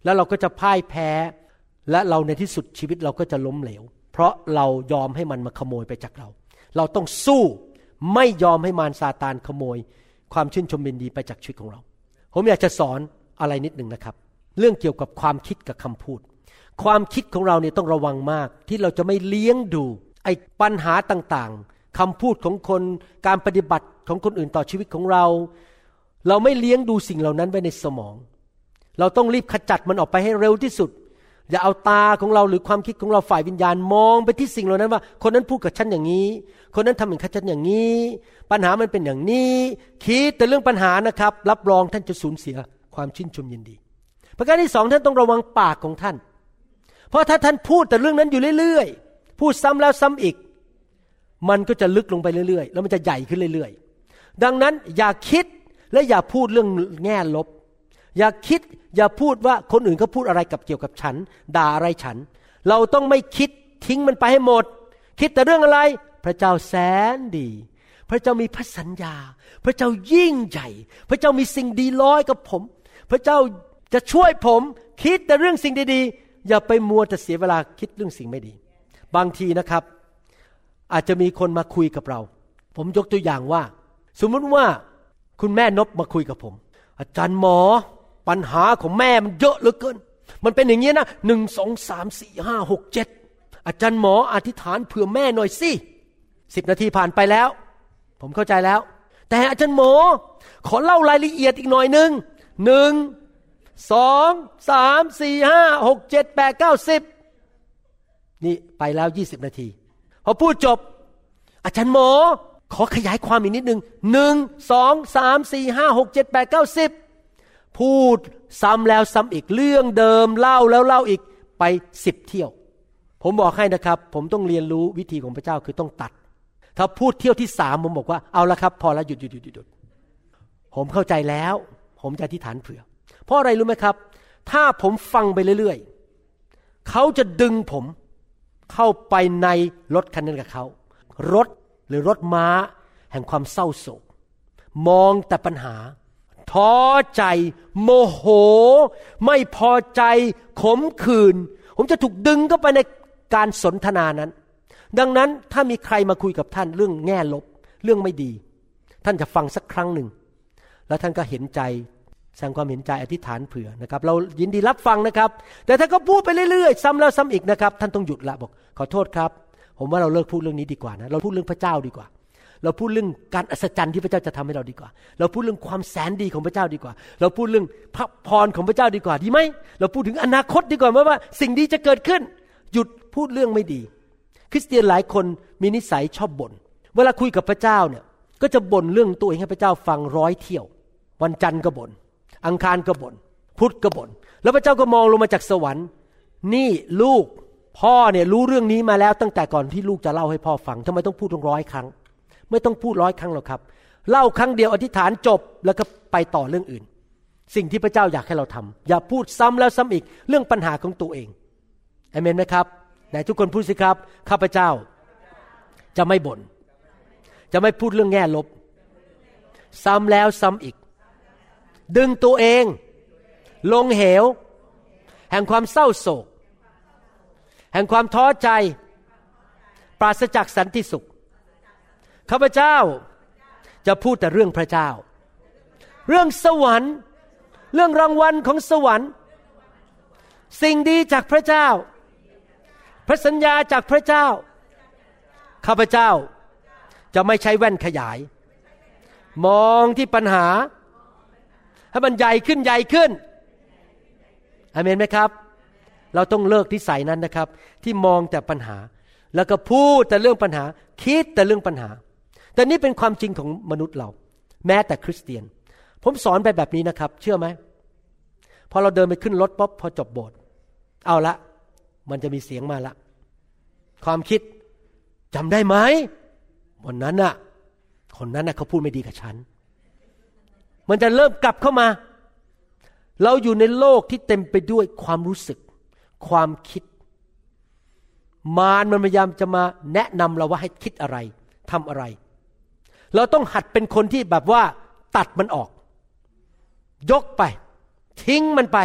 แล้วเราก็จะพ่ายแพ้และเราในที่สุดชีวิตเราก็จะล้มเหลวเพราะเรายอมให้มันมาขโมยไปจากเราเราต้องสู้ไม่ยอมให้มารซาตานขโมยความชื่นชมยินดีไปจากชีวิตของเราผมอยากจะสอนอะไรนิดหนึ่งนะครับเรื่องเกี่ยวกับความคิดกับคำพูดความคิดของเราเนี่ยต้องระวังมากที่เราจะไม่เลี้ยงดูไอ้ปัญหาต่างๆคำพูดของคนการปฏิบัติของคนอื่นต่อชีวิตของเราเราไม่เลี้ยงดูสิ่งเหล่านั้นไว้ในสมองเราต้องรีบขจัดมันออกไปให้เร็วที่สุดอย่าเอาตาของเราหรือความคิดของเราฝ่ายวิญญาณมองไปที่สิ่งเหล่านั้นว่าคนนั้นพูดกับฉันอย่างนี้คนนั้นทำอย่างฉันอย่างนี้ปัญหามันเป็นอย่างนี้คิดแต่เรื่องปัญหานะครับรับรองท่านจะสูญเสียความชื่นชมยินดีประการที่สองท่านต้องระวังปากของท่านเพราะถ้าท่านพูดแต่เรื่องนั้นอยู่เรื่อยๆพูดซ้ำแล้วซ้ำอีกมันก็จะลึกลงไปเรื่อยๆแล้วมันจะใหญ่ขึ้นเรื่อยๆดังนั้นอย่าคิดและอย่าพูดเรื่องแง่ลบอย่าคิดอย่าพูดว่าคนอื่นเขาพูดอะไรกับเกี่ยวกับฉันด่าอะไรฉันเราต้องไม่คิดทิ้งมันไปให้หมดคิดแต่เรื่องอะไรพระเจ้าแสนดีพระเจ้ามีพระสัญญาพระเจ้ายิ่งใหญ่พระเจ้ามีสิ่งดีร้อยกับผมพระเจ้าจะช่วยผมคิดแต่เรื่องสิ่งดีๆอย่าไปมัวแต่เสียเวลาคิดเรื่องสิ่งไม่ดีบางทีนะครับอาจจะมีคนมาคุยกับเราผมยกตัวอย่างว่าสมมติว่าคุณแม่นบมาคุยกับผมอาจารย์หมอปัญหาของแม่มันเยอะเหลือเกินมันเป็นอย่างนี้นะหนึ่งสองสามสี่ห้าหกเจ็ดอาจารย์หมออธิษฐานเผื่อแม่หน่อยสิสิบนาทีผ่านไปแล้วผมเข้าใจแล้วแต่อาจารย์หมอขอเล่ารายละเอียดอีกหน่อยนึงหนึ่งสองสามสี่ห้าหกเจ็ดแปดเก้าสิบนี่ไปแล้วยี่สิบนาทีพอพูดจบอาจารย์หมอขอขยายความอีกนิดนึงหนึ่งสองสามสี่ห้าหกเจ็ดแปดเก้าสิบพูดซ้ำแล้วซ้ำอีกเรื่องเดิมเล่าแล้วเล่าอีกไปสิบเที่ยวผมบอกให้นะครับผมต้องเรียนรู้วิธีของพระเจ้าคือต้องตัดถ้าพูดเที่ยวที่สามผมบอกว่าเอาละครับพอแล้วหยุดหยุดหยุดหยุดผมเข้าใจแล้วผมจะอธิษฐานเผื่อเพราะอะไรรู้ไหมครับถ้าผมฟังไปเรื่อยๆเขาจะดึงผมเข้าไปในรถคันนั้นกับเขารถหรือรถม้าแห่งความเศร้าโศกมองแต่ปัญหาท้อใจโมโหไม่พอใจขมขื่นผมจะถูกดึงเข้าไปในการสนทนานั้นดังนั้นถ้ามีใครมาคุยกับท่านเรื่องแง่ลบเรื่องไม่ดีท่านจะฟังสักครั้งหนึ่งแล้วท่านก็เห็นใจแสดงความเห็นใจอธิษฐานเผื่อนะครับเรายินดีรับฟังนะครับแต่ถ้าเขาพูดไปเรื่อยๆซ้ำแล้วซ้ำอีกนะครับท่านต้องหยุดละบอกขอโทษครับผมว่าเราเลิกพูดเรื่องนี้ดีกว่านะเราพูดเรื่องพระเจ้าดีกว่าเราพูดเรื่องการอัศจรรย์ที่พระเจ้าจะทำให้เราดีกว่าเราพูดเรื่องความแสนดีของพระเจ้าดีกว่าเราพูดเรื่องพระพรของพระเจ้าดีกว่าดีไหมเราพูดถึงอนาคตดีกว่าไหมว่าสิ่งดีจะเกิดขึ้นหยุดพูดเรื่องไม่ดีคริสเตียนหลายคนมีนิสัยชอบบ่นเวลาคุยกับพระเจ้าเนี่ยก็จะบ่นเรื่องตัวเองให้พระเจ้าฟังร้อยเที่ยววันจันทร์ก็บ่นอังคารก็บ่นพุธก็บ่นแล้วพระเจ้าก็มองลงมาจากสวรรค์นี่ลูกพ่อเนี่ยรู้เรื่องนี้มาแล้วตั้งแต่ก่อนที่ลูกจะเล่าให้พ่อฟังทำไมต้องพูดต้องร้อยครั้งไม่ต้องพูดร้อยครั้งหรอกครับเล่าครั้งเดียวอธิษฐานจบแล้วก็ไปต่อเรื่องอื่นสิ่งที่พระเจ้าอยากให้เราทำอย่าพูดซ้ำแล้วซ้ำอีกเรื่องปัญหาของตัวเองอาเมนไหมครับไหนทุกคนพูดสิครับข้าพเจ้าจะไม่บ่นจะไม่พูดเรื่องแง่ลบซ้ำแล้วซ้ำอีกดึงตัวเองลงเหวแห่งความเศร้าโศกแห่งความท้อใจปราศจากสันติสุขข้าพเจ้าจะพูดแต่เรื่องพระเจ้าเรื่องสวรรค์เรื่องรางวัลของสวรรค์สิ่งดีจากพระเจ้าพระสัญญาจากพระเจ้าข้าพเจ้าจะไม่ใช้แว่นขยายมองที่ปัญหาให้มันใหญ่ขึ้นใหญ่ขึ้นอาเมนไหมครับเราต้องเลิกนิสัยนั้นนะครับที่มองแต่ปัญหาแล้วก็พูดแต่เรื่องปัญหาคิดแต่เรื่องปัญหาแต่นี่เป็นความจริงของมนุษย์เราแม้แต่คริสเตียนผมสอนไปแบบนี้นะครับเชื่อไหมพอเราเดินไปขึ้นรถป๊อบพอจบโบสถ์เอาละมันจะมีเสียงมาละความคิดจำได้ไหมวันนั้นน่ะคนนั้นน่ะเขาพูดไม่ดีกับฉันมันจะเริ่มกลับเข้ามาเราอยู่ในโลกที่เต็มไปด้วยความรู้สึกความคิดมารมันพยายามจะมาแนะนำเราว่าให้คิดอะไรทำอะไรเราต้องหัดเป็นคนที่แบบว่าตัดมันออกยกไปทิ้งมันไป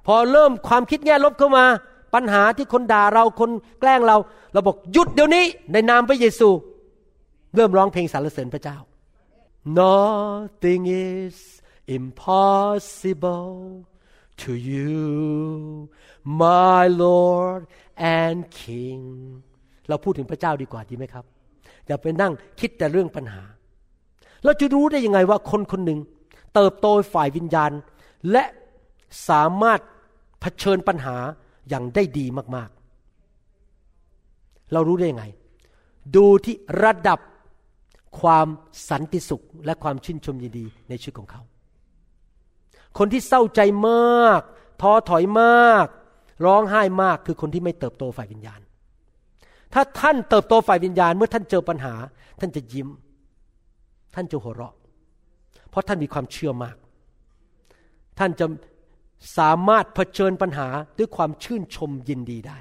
พอเริ่มความคิดแง่ลบเข้ามาปัญหาที่คนด่าเราคนแกล้งเราเราบอกหยุดเดี๋ยวนี้ในนามพระเยซูเริ่มร้องเพลงสรรเสริญพระเจ้า Nothing is impossible to you my Lord and King เราพูดถึงพระเจ้าดีกว่าดีไหมครับอย่าไปนั่งคิดแต่เรื่องปัญหาเราจะรู้ได้ยังไงว่าคนคนหนึ่งเติบโตฝ่ายวิญญาณและสามารถเผชิญปัญหาอย่างได้ดีมากๆเรารู้ได้ยังไงดูที่ระดับความสันติสุขและความชื่นชมยินดีในชีวิตของเขาคนที่เศร้าใจมากท้อถอยมากร้องไห้มากคือคนที่ไม่เติบโตฝ่ายวิญญาณถ้าท่านเติบโตฝ่ายวิญญาณเมื่อท่านเจอปัญหาท่านจะยิ้มท่านจะหัวเราะเพราะท่านมีความเชื่อมากท่านจะสามารถเผชิญปัญหาด้วยความชื่นชมยินดีได้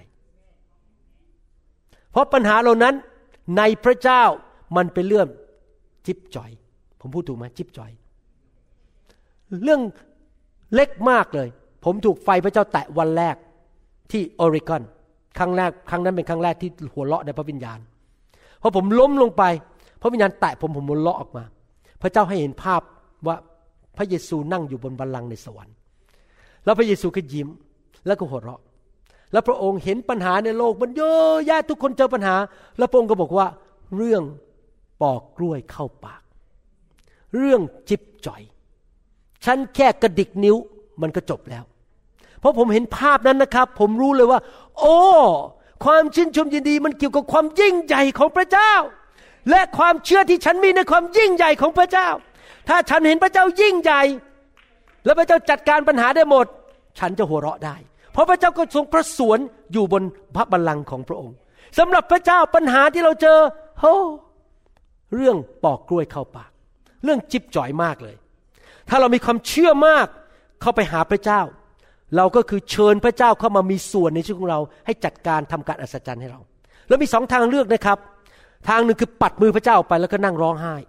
เพราะปัญหาเหล่านั้นในพระเจ้ามันเป็นเรื่องจิ๊บจ่อยผมพูดถูกไหมจิ๊บจ่อยเรื่องเล็กมากเลยผมถูกไฟพระเจ้าแตะวันแรกที่ออริกอนครั้งแรกครั้งนั้นเป็นครั้งแรกที่หัวเราะในพระวิญญาณพอผมล้มลงไปพระวิญญาณแตะผมผมหัวเราะออกมาพระเจ้าให้เห็นภาพว่าพระเยซูนั่งอยู่บนบัลลังก์ในสวรรค์แล้วพระเยซูก็ยิ้มแล้วก็หัวเราะแล้วพระองค์เห็นปัญหาในโลกมันเยอะแยะทุกคนเจอปัญหาแล้วพระองค์ก็บอกว่าเรื่องปอกกล้วยเข้าปากเรื่องจิ๊บจ่อยฉันแค่กระดิกนิ้วมันก็จบแล้วเพราะผมเห็นภาพนั้นนะครับผมรู้เลยว่าโอ้ความชื่นชมยินดีมันเกี่ยวกับความยิ่งใหญ่ของพระเจ้าและความเชื่อที่ฉันมีในความยิ่งใหญ่ของพระเจ้าถ้าฉันเห็นพระเจ้ายิ่งใหญ่และพระเจ้าจัดการปัญหาได้หมดฉันจะหัวเราะได้เพราะพระเจ้าก็ทรงประสวนอยู่บนพระบัลลังก์ของพระองค์สำหรับพระเจ้าปัญหาที่เราเจอโอ้เรื่องปอกกล้วยเข้าปากเรื่องจิ๊บจ่อยมากเลยถ้าเรามีความเชื่อมากเข้าไปหาพระเจ้าเราก็คือเชิญพระเจ้าเข้ามามีส่วนในชีวิตของเราให้จัดการทำการอัศจรรย์ให้เราแล้วมีสองทางเลือกนะครับทางหนึ่งคือปัดมือพระเจ้าออกไปแล้วก็นั่งร้องไห้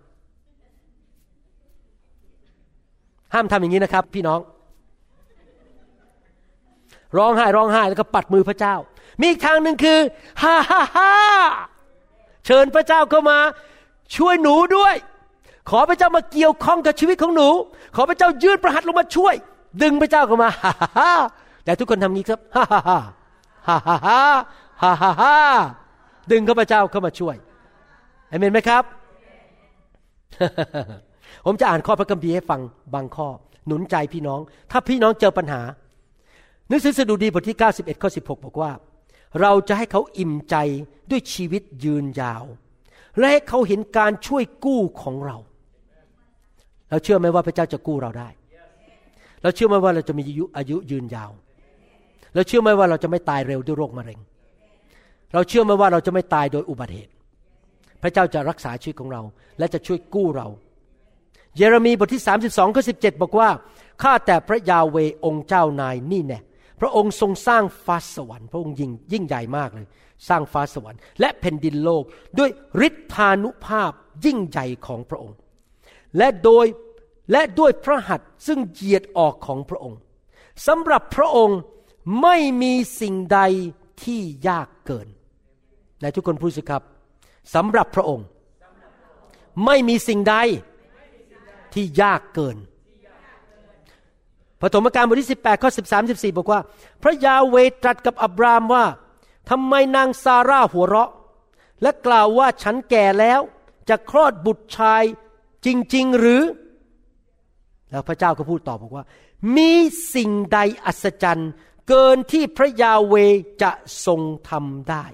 ห้ามทำอย่างนี้นะครับพี่น้องร้องไห้ร้องไห้แล้วก็ปัดมือพระเจ้ามีอีกทางหนึ่งคือฮ่าฮ่าฮ่าเชิญพระเจ้าเข้ามาช่วยหนูด้วยขอพระเจ้ามาเกี่ยวข้องกับชีวิตของหนูขอพระเจ้ายื่นพระหัตถ์ลงมาช่วยดึงพระเจ้าเข้ามาฮ่าฮ่าฮ่าแต่ทุกคนทำงี้ครับฮ่าฮ่าฮ่าฮ่าฮ่าฮ่าฮ่าฮ่าฮ่าดึงข้าพเจ้าเข้ามาช่วยเอเมนไหมครับ ผมจะอ่านข้อพระคัมภีร์ให้ฟังบางข้อหนุนใจพี่น้องถ้าพี่น้องเจอปัญหาหนังสือสดุดีบทที่เก้าสิบเอ็ดข้อสิบหกบอกว่าเราจะให้เขาอิ่มใจด้วยชีวิตยืนยาวและให้เขาเห็นการช่วยกู้ของเราเราเชื่อไหมว่าพระเจ้าจะกู้เราได้เราเชื่อไหมว่าเราจะมีอายุอายุยืนยาวเราเชื่อไหมว่าเราจะไม่ตายเร็วด้วยโรคมะเร็งเราเชื่อไหมว่าเราจะไม่ตายโดยอุบัติเหตุพระเจ้าจะรักษาชีวิตของเราและจะช่วยกู้เราเยเรมีบทที่สามสิบสองข้อสิบเจ็ดบอกว่าข้าแต่พระยาเวห์องค์เจ้านายนี่แน่พระองค์ทรงสร้างฟ้าสวรรค์พระองค์ยิ่งยิ่งใหญ่มากเลยสร้างฟ้าสวรรค์และแผ่นดินโลกด้วยฤทธานุภาพยิ่งใหญ่ของพระองค์และโดยและด้วยพระหัตถ์ซึ่งเหยียดออกของพระองค์สำหรับพระองค์ไม่มีสิ่งใดที่ยากเกินและทุกคนพูดสิครับสำหรับพระองค์ไม่มีสิ่งใดที่ยากเกินปฐมกาลบทที่สิบแปดข้อสิบสาม สิบสี่บอกว่าพระยาเวห์ตรัสกับอับรามว่าทำไมนางซาร่าหัวเราะและกล่าวว่าฉันแก่แล้วจะคลอดบุตรชายจริงๆหรือแล้วพระเจ้าก็พูดตอบบอกว่ามีสิ่งใดอัศจรรย์เกินที่พระยาเวห์จะทรงทำได้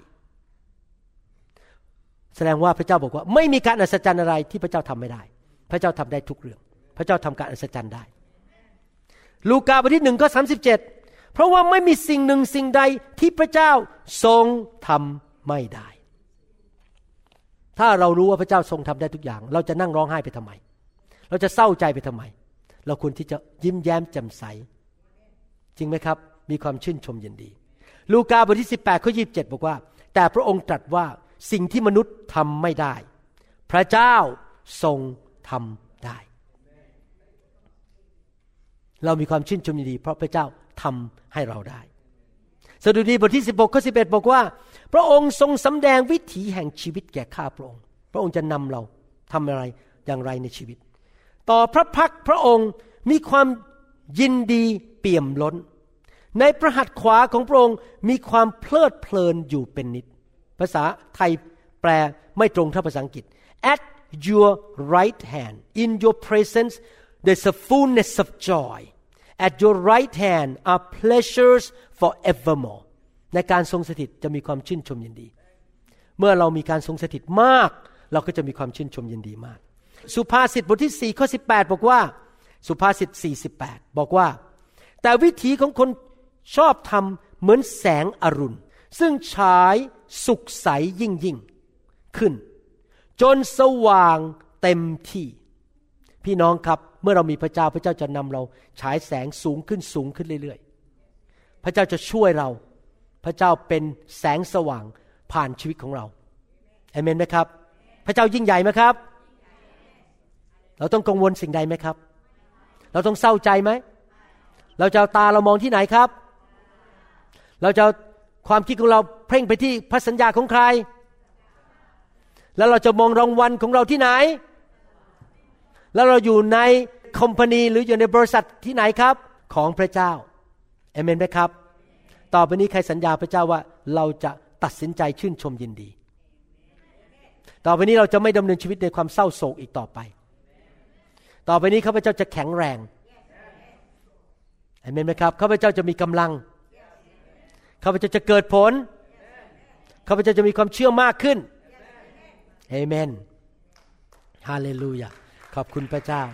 แสดงว่าพระเจ้าบอกว่าไม่มีการอัศจรรย์อะไรที่พระเจ้าทำไม่ได้พระเจ้าทำได้ทุกเรื่องพระเจ้าทำการอัศจรรย์ได้ลูกาบทที่หนึ่งข้อสามสิบเจ็ดเพราะว่าไม่มีสิ่งหนึ่งสิ่งใดที่พระเจ้าทรงทำไม่ได้ถ้าเรารู้ว่าพระเจ้าทรงทำได้ทุกอย่างเราจะนั่งร้องไห้ไปทำไมเราจะเศร้าใจไปทำไมเราควรที่จะยิ้มแย้มแจ่มใสจริงไหมครับมีความชื่นชมยินดีลูกาบทที่สิบแปดข้อยี่สิบเจ็ดบอกว่าแต่พระองค์ตรัสว่าสิ่งที่มนุษย์ทำไม่ได้พระเจ้าทรงทำได้เรามีความชื่นชมยินดีเพราะพระเจ้าทำให้เราได้สดุดีบทที่สิบหกข้อสิบเอ็ดบอกว่าพระองค์ทรงสำแดงวิถีแห่งชีวิตแก่ข้าพระองค์พระองค์จะนำเราทำอะไรอย่างไรในชีวิตต่อพระพักพระองค์มีความยินดีเปี่ยมล้นในพระหัตถ์ขวาของพระองค์มีความเพลิดเพลินอยู่เป็นนิดภาษาไทยแปลไม่ตรงเท่าภาษาอังกฤษ At your right hand in your presence there's a fullness of joy at your right hand are pleasures forevermore ในการทรงสถิตจะมีความชื่นชมยินดีเมื่อเรามีการทรงสถิตมากเราก็จะมีความชื่นชมยินดีมากสุภาษิตบทที่สี่ข้อสิบแปดบอกว่าสุภาษิตสี่สิบแปดบอกว่าแต่วิถีของคนชอบธรรมเหมือนแสงอรุณซึ่งฉายสุขใสยิ่งยิ่งขึ้นจนสว่างเต็มที่พี่น้องครับเมื่อเรามีพระเจ้าพระเจ้าจะนำเราฉายแสงสูงขึ้นสูงขึ้นเรื่อยๆพระเจ้าจะช่วยเราพระเจ้าเป็นแสงสว่างผ่านชีวิตของเราอาเมนไหมครับพระเจ้ายิ่งใหญ่ไหมครับเราต้องกังวลสิ่งใดไหมครับเราต้องเศร้าใจไหมเราจะเอาตาเรามองที่ไหนครับเราจะความคิดของเราเพ่งไปที่พระสัญญาของใครแล้วเราจะมองรางวัลของเราที่ไหนแล้วเราอยู่ในคอมพานีหรืออยู่ในบริษัทที่ไหนครับของพระเจ้าเอเมนไหมครับต่อไปนี้ใครสัญญาพระเจ้าว่าเราจะตัดสินใจชื่นชมยินดีต่อไปนี้เราจะไม่ดำเนินชีวิตในความเศร้าโศกอีกต่อไปต่อไปนี้ข้าพเจ้าจะแข็งแรงเอเมนไหมครับข้าพเจ้าจะมีกำลังข้าพเจ้าจะเกิดผลข้าพเจ้าจะมีความเชื่อมากขึ้นเอเมนฮาเลลูยาขอบคุณพระเจ้า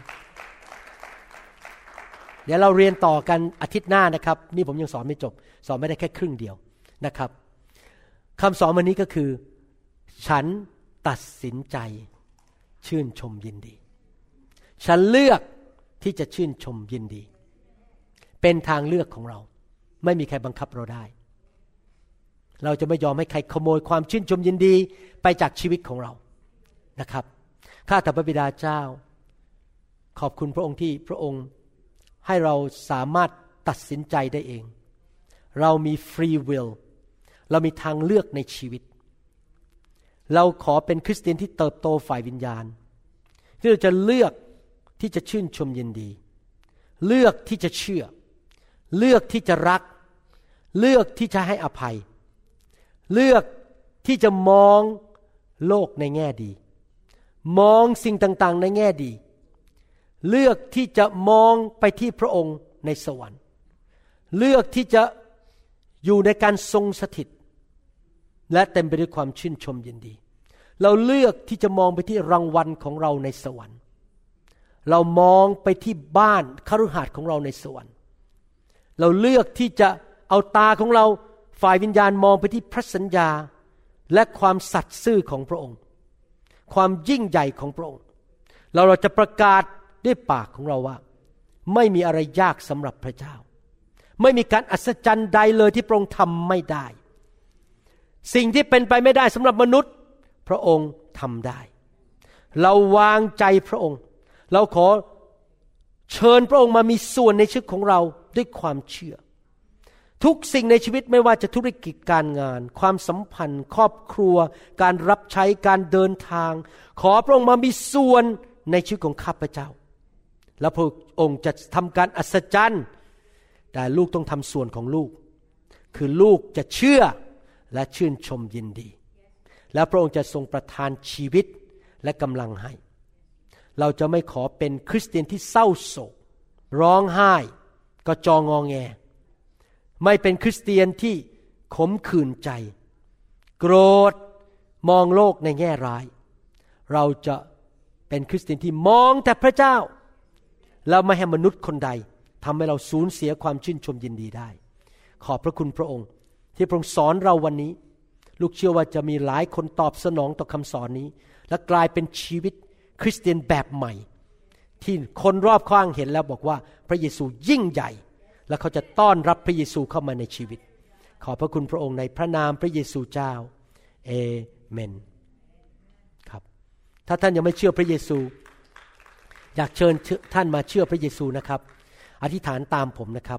เดี๋ยวเราเรียนต่อกันอาทิตย์หน้านะครับนี่ผมยังสอนไม่จบสอนไม่ได้แค่ครึ่งเดียวนะครับคำสอนวันนี้ก็คือฉันตัดสินใจชื่นชมยินดีฉันเลือกที่จะชื่นชมยินดีเป็นทางเลือกของเราไม่มีใครบังคับเราได้เราจะไม่ยอมให้ใครขโมยความชื่นชมยินดีไปจากชีวิตของเรานะครับข้าแต่พระบิดาเจ้าขอบคุณพระองค์ที่พระองค์ให้เราสามารถตัดสินใจได้เองเรามี free will เรามีทางเลือกในชีวิตเราขอเป็นคริสเตียนที่เติบโตฝ่ายวิญญาณที่เราจะเลือกที่จะชื่นชมยินดีเลือกที่จะเชื่อเลือกที่จะรักเลือกที่จะให้อภัยเลือกที่จะมองโลกในแง่ดีมองสิ่งต่างๆในแง่ดีเลือกที่จะมองไปที่พระองค์ในสวรรค์เลือกที่จะอยู่ในการทรงสถิตและเต็มไปด้วยความชื่นชมยินดีเราเลือกที่จะมองไปที่รางวัลของเราในสวรรค์เรามองไปที่บ้านคฤหาสน์ของเราในสวรรค์เราเลือกที่จะเอาตาของเราฝ่ายวิญญาณมองไปที่พระสัญญาและความสัตย์ซื่อของพระองค์ความยิ่งใหญ่ของพระองค์เราเราจะประกาศด้วยปากของเราว่าไม่มีอะไรยากสำหรับพระเจ้าไม่มีการอัศจรรย์ใดเลยที่พระองค์ทำไม่ได้สิ่งที่เป็นไปไม่ได้สำหรับมนุษย์พระองค์ทำได้เราวางใจพระองค์เราขอเชิญพระองค์มามีส่วนในชีวิตของเราด้วยความเชื่อทุกสิ่งในชีวิตไม่ว่าจะธุรกิจการงานความสัมพันธ์ครอบครัวการรับใช้การเดินทางขอพระองค์มามีส่วนในชีวิตของข้าพเจ้าแล้วพระองค์จะทำการอัศจรรย์แต่ลูกต้องทำส่วนของลูกคือลูกจะเชื่อและชื่นชมยินดีแล้วพระองค์จะทรงประทานชีวิตและกำลังให้เราจะไม่ขอเป็นคริสเตียนที่เศร้าโศกร้องไห้ก็จองงอแงไม่เป็นคริสเตียนที่ขมขื่นใจโกรธมองโลกในแง่ร้ายเราจะเป็นคริสเตียนที่มองแต่พระเจ้าแล้วไม่ให้มนุษย์คนใดทำให้เราสูญเสียความชื่นชมยินดีได้ขอบพระคุณพระองค์ที่พระองค์สอนเราวันนี้ลูกเชื่อว่าจะมีหลายคนตอบสนองต่อคำสอนนี้และกลายเป็นชีวิตคริสเตียนแบบใหม่ที่คนรอบข้างเห็นแล้วบอกว่าพระเยซูยิ่งใหญ่และเขาจะต้อนรับพระเยซูเข้ามาในชีวิตขอบพระคุณพระองค์ในพระนามพระเยซูเจ้าเอเมนครับถ้าท่านยังไม่เชื่อพระเยซูอยากเชิญท่านมาเชื่อพระเยซูนะครับอธิษฐานตามผมนะครับ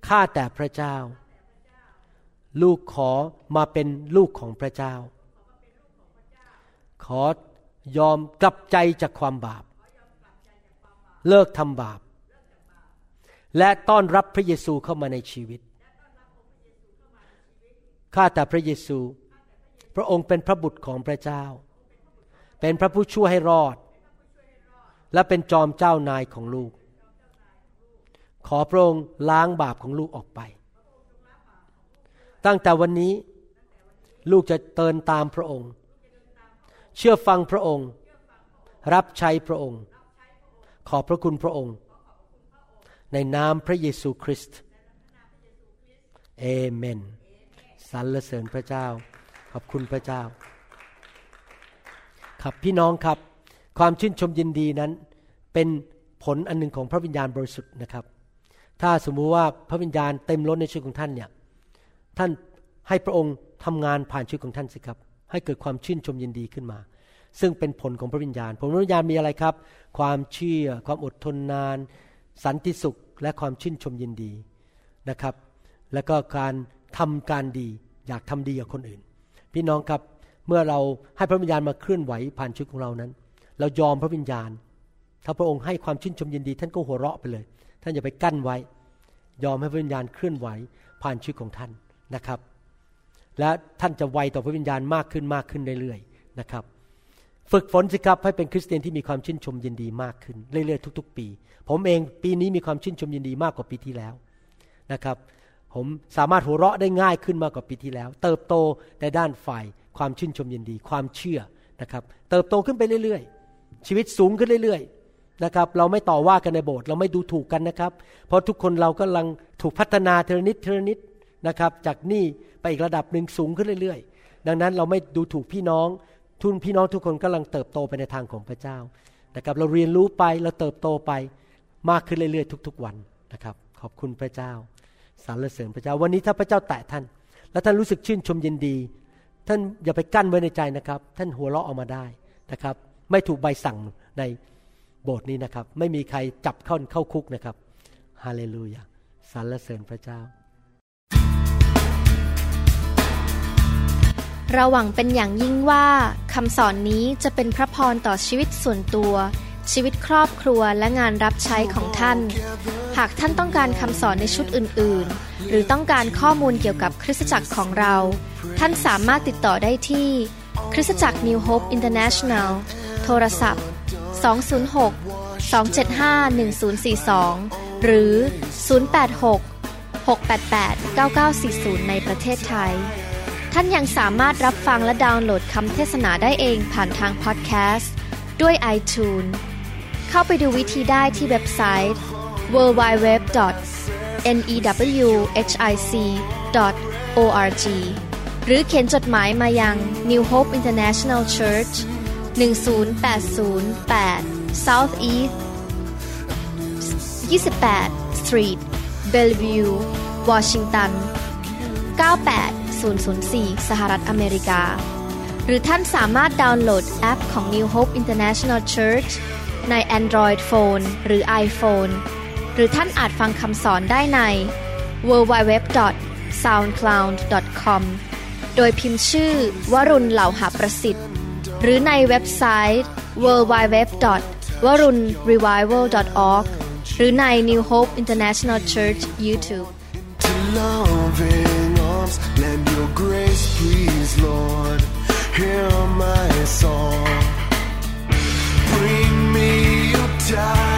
ข้าแต่พระเจ้าลูกขอมาเป็นลูกของพระเจ้าขอยอมกลับใจจากความบาปเลิกทำบาปและต้อนรับพระเยซูเข้ามาในชีวิตข้าแต่พระเยซูพระองค์เป็นพระบุตรของพระเจ้าเป็นพระผู้ช่วยให้รอดและเป็นจอมเจ้านายของลูกขอพระองค์ล้างบาปของลูกออกไปตั้งแต่วันนี้ลูกจะเดินตามพระองค์เชื่อฟังพระองค์รับใช้พระองค์ขอบพระคุณพระองค์ในนามพระเยซูคริสต์เอเมนสรรเสริญพระเจ้าขอบคุณพระเจ้าครับพี่น้องครับความชื่นชมยินดีนั้นเป็นผลอันหนึ่งของพระวิญญาณบริสุทธิ์นะครับถ้าสมมุติว่าพระวิญญาณเต็มล้นในชีวิตของท่านเนี่ยท่านให้พระองค์ทำงานผ่านชีวิตของท่านสิครับให้เกิดความชื่นชมยินดีขึ้นมาซึ่งเป็นผลของพระวิญญาณผลของพระวิญญาณมีอะไรครับความเชื่อความอดทนนานสันติสุขและความชื่นชมยินดีนะครับแล้วก็การทำการดีอยากทำดีกับคนอื่นพี่น้องครับเมื่อเราให้พระวิญญาณมาเคลื่อนไหวผ่านชีวิตของเรานั้นเรายอมพระวิญญาณถ้าพระองค์ให้ความชื่นชมยินดีท่านก็หัวเราะไปเลยท่านอย่าไปกั้นไว้ยอมให้พระวิญญาณเคลื่อนไหวผ่านชีวิตของท่านนะครับและท่านจะไวต่อพระวิญญาณมากขึ้นมากขึ้นเรื่อยๆนะครับฝึกฝนสิครับให้เป็นคริสเตียนที่มีความชื่นชมยินดีมากขึ้นเรื่อยๆทุกๆปีผมเองปีนี้มีความชื่นชมยินดีมากกว่าปีที่แล้วนะครับผมสามารถหัวเราะได้ง่ายขึ้นมากกว่าปีที่แล้วเติบโตในด้านฝ่ายความชื่นชมยินดีความเชื่อนะครับเติบโตขึ้นไปเรื่อยๆชีวิตสูงขึ้นเรื่อยๆนะครับเราไม่ต่อว่ากันในโบสถ์เราไม่ดูถูกกันนะครับเพราะทุกคนเรากำลังถูกพัฒนาเทอนิดเทอนิดนะครับจากนี่ไปอีกระดับหนึ่งสูงขึ้นเรื่อยๆดังนั้นเราไม่ดูถูกพี่น้องทุนพี่น้องทุกคนกำลังเติบโตไปในทางของพระเจ้านะครับเราเรียนรู้ไปเราเติบโตไปมากขึ้นเรื่อยๆทุกๆวันนะครับขอบคุณพระเจ้าสรรเสริญพระเจ้าวันนี้ถ้าพระเจ้าแตะท่านและท่านรู้สึกชื่นชมยินดีท่านอย่าไปกั้นไว้ในใจนะครับท่านหัวเราะออกมาได้นะครับไม่ถูกใบสั่งในโบสถ์นี้นะครับไม่มีใครจับเข้าเข้าคุกนะครับฮาเลลูยาสรรเสริญพระเจ้าเราหวังเป็นอย่างยิ่งว่าคำสอนนี้จะเป็นพระพรต่อชีวิตส่วนตัวชีวิตครอบครัวและงานรับใช้ของท่านหากท่านต้องการคำสอนในชุดอื่นๆหรือต้องการข้อมูลเกี่ยวกับคริสตจักรของเราท่านสามารถติดต่อได้ที่คริสตจักร New Hope International โทรศัพท์สอง ศูนย์ หก สอง เจ็ด ห้า หนึ่ง ศูนย์ สี่ สองหรือศูนย์ แปด หก หก แปด แปด เก้า เก้า สี่ ศูนย์ในประเทศไทยท่านยังสามารถรับฟังและดาวน์โหลดคำเทศนาได้เองผ่านทางพอดแคสต์ด้วย iTunes เข้าไปดูวิธีได้ที่เว็บไซต์ ดับเบิลยู ดับเบิลยู ดับเบิลยู ดอท เน อี ดับเบิลยู เอช ไอ ซี ดอท โอ อาร์ จี หรือเขียนจดหมายมายัง New Hope International Church หนึ่ง ศูนย์ แปด ศูนย์ แปด South East ยี่สิบแปด Street Bellevue Washington เก้า แปด ศูนย์ ศูนย์ สี่ สหรัฐอเมริกาหรือท่านสามารถดาวน์โหลดแอปของ New Hope International Church ใน Android Phone หรือ iPhone หรือท่านอาจฟังคำสอนได้ใน ดับเบิลยู ดับเบิลยู ดับเบิลยู ดอท ซาวด์คลาวด์ ดอท คอม โดยพิมพ์ชื่อวรุณเหล่าหาประสิทธิ์หรือในเว็บไซต์ ดับเบิลยู ดับเบิลยู ดับเบิลยู ดอท วรุณ รีไววัล ดอท ออร์ก หรือใน New Hope International Church YouTube Lend your grace, please, Lord. Hear my song. Bring me your time.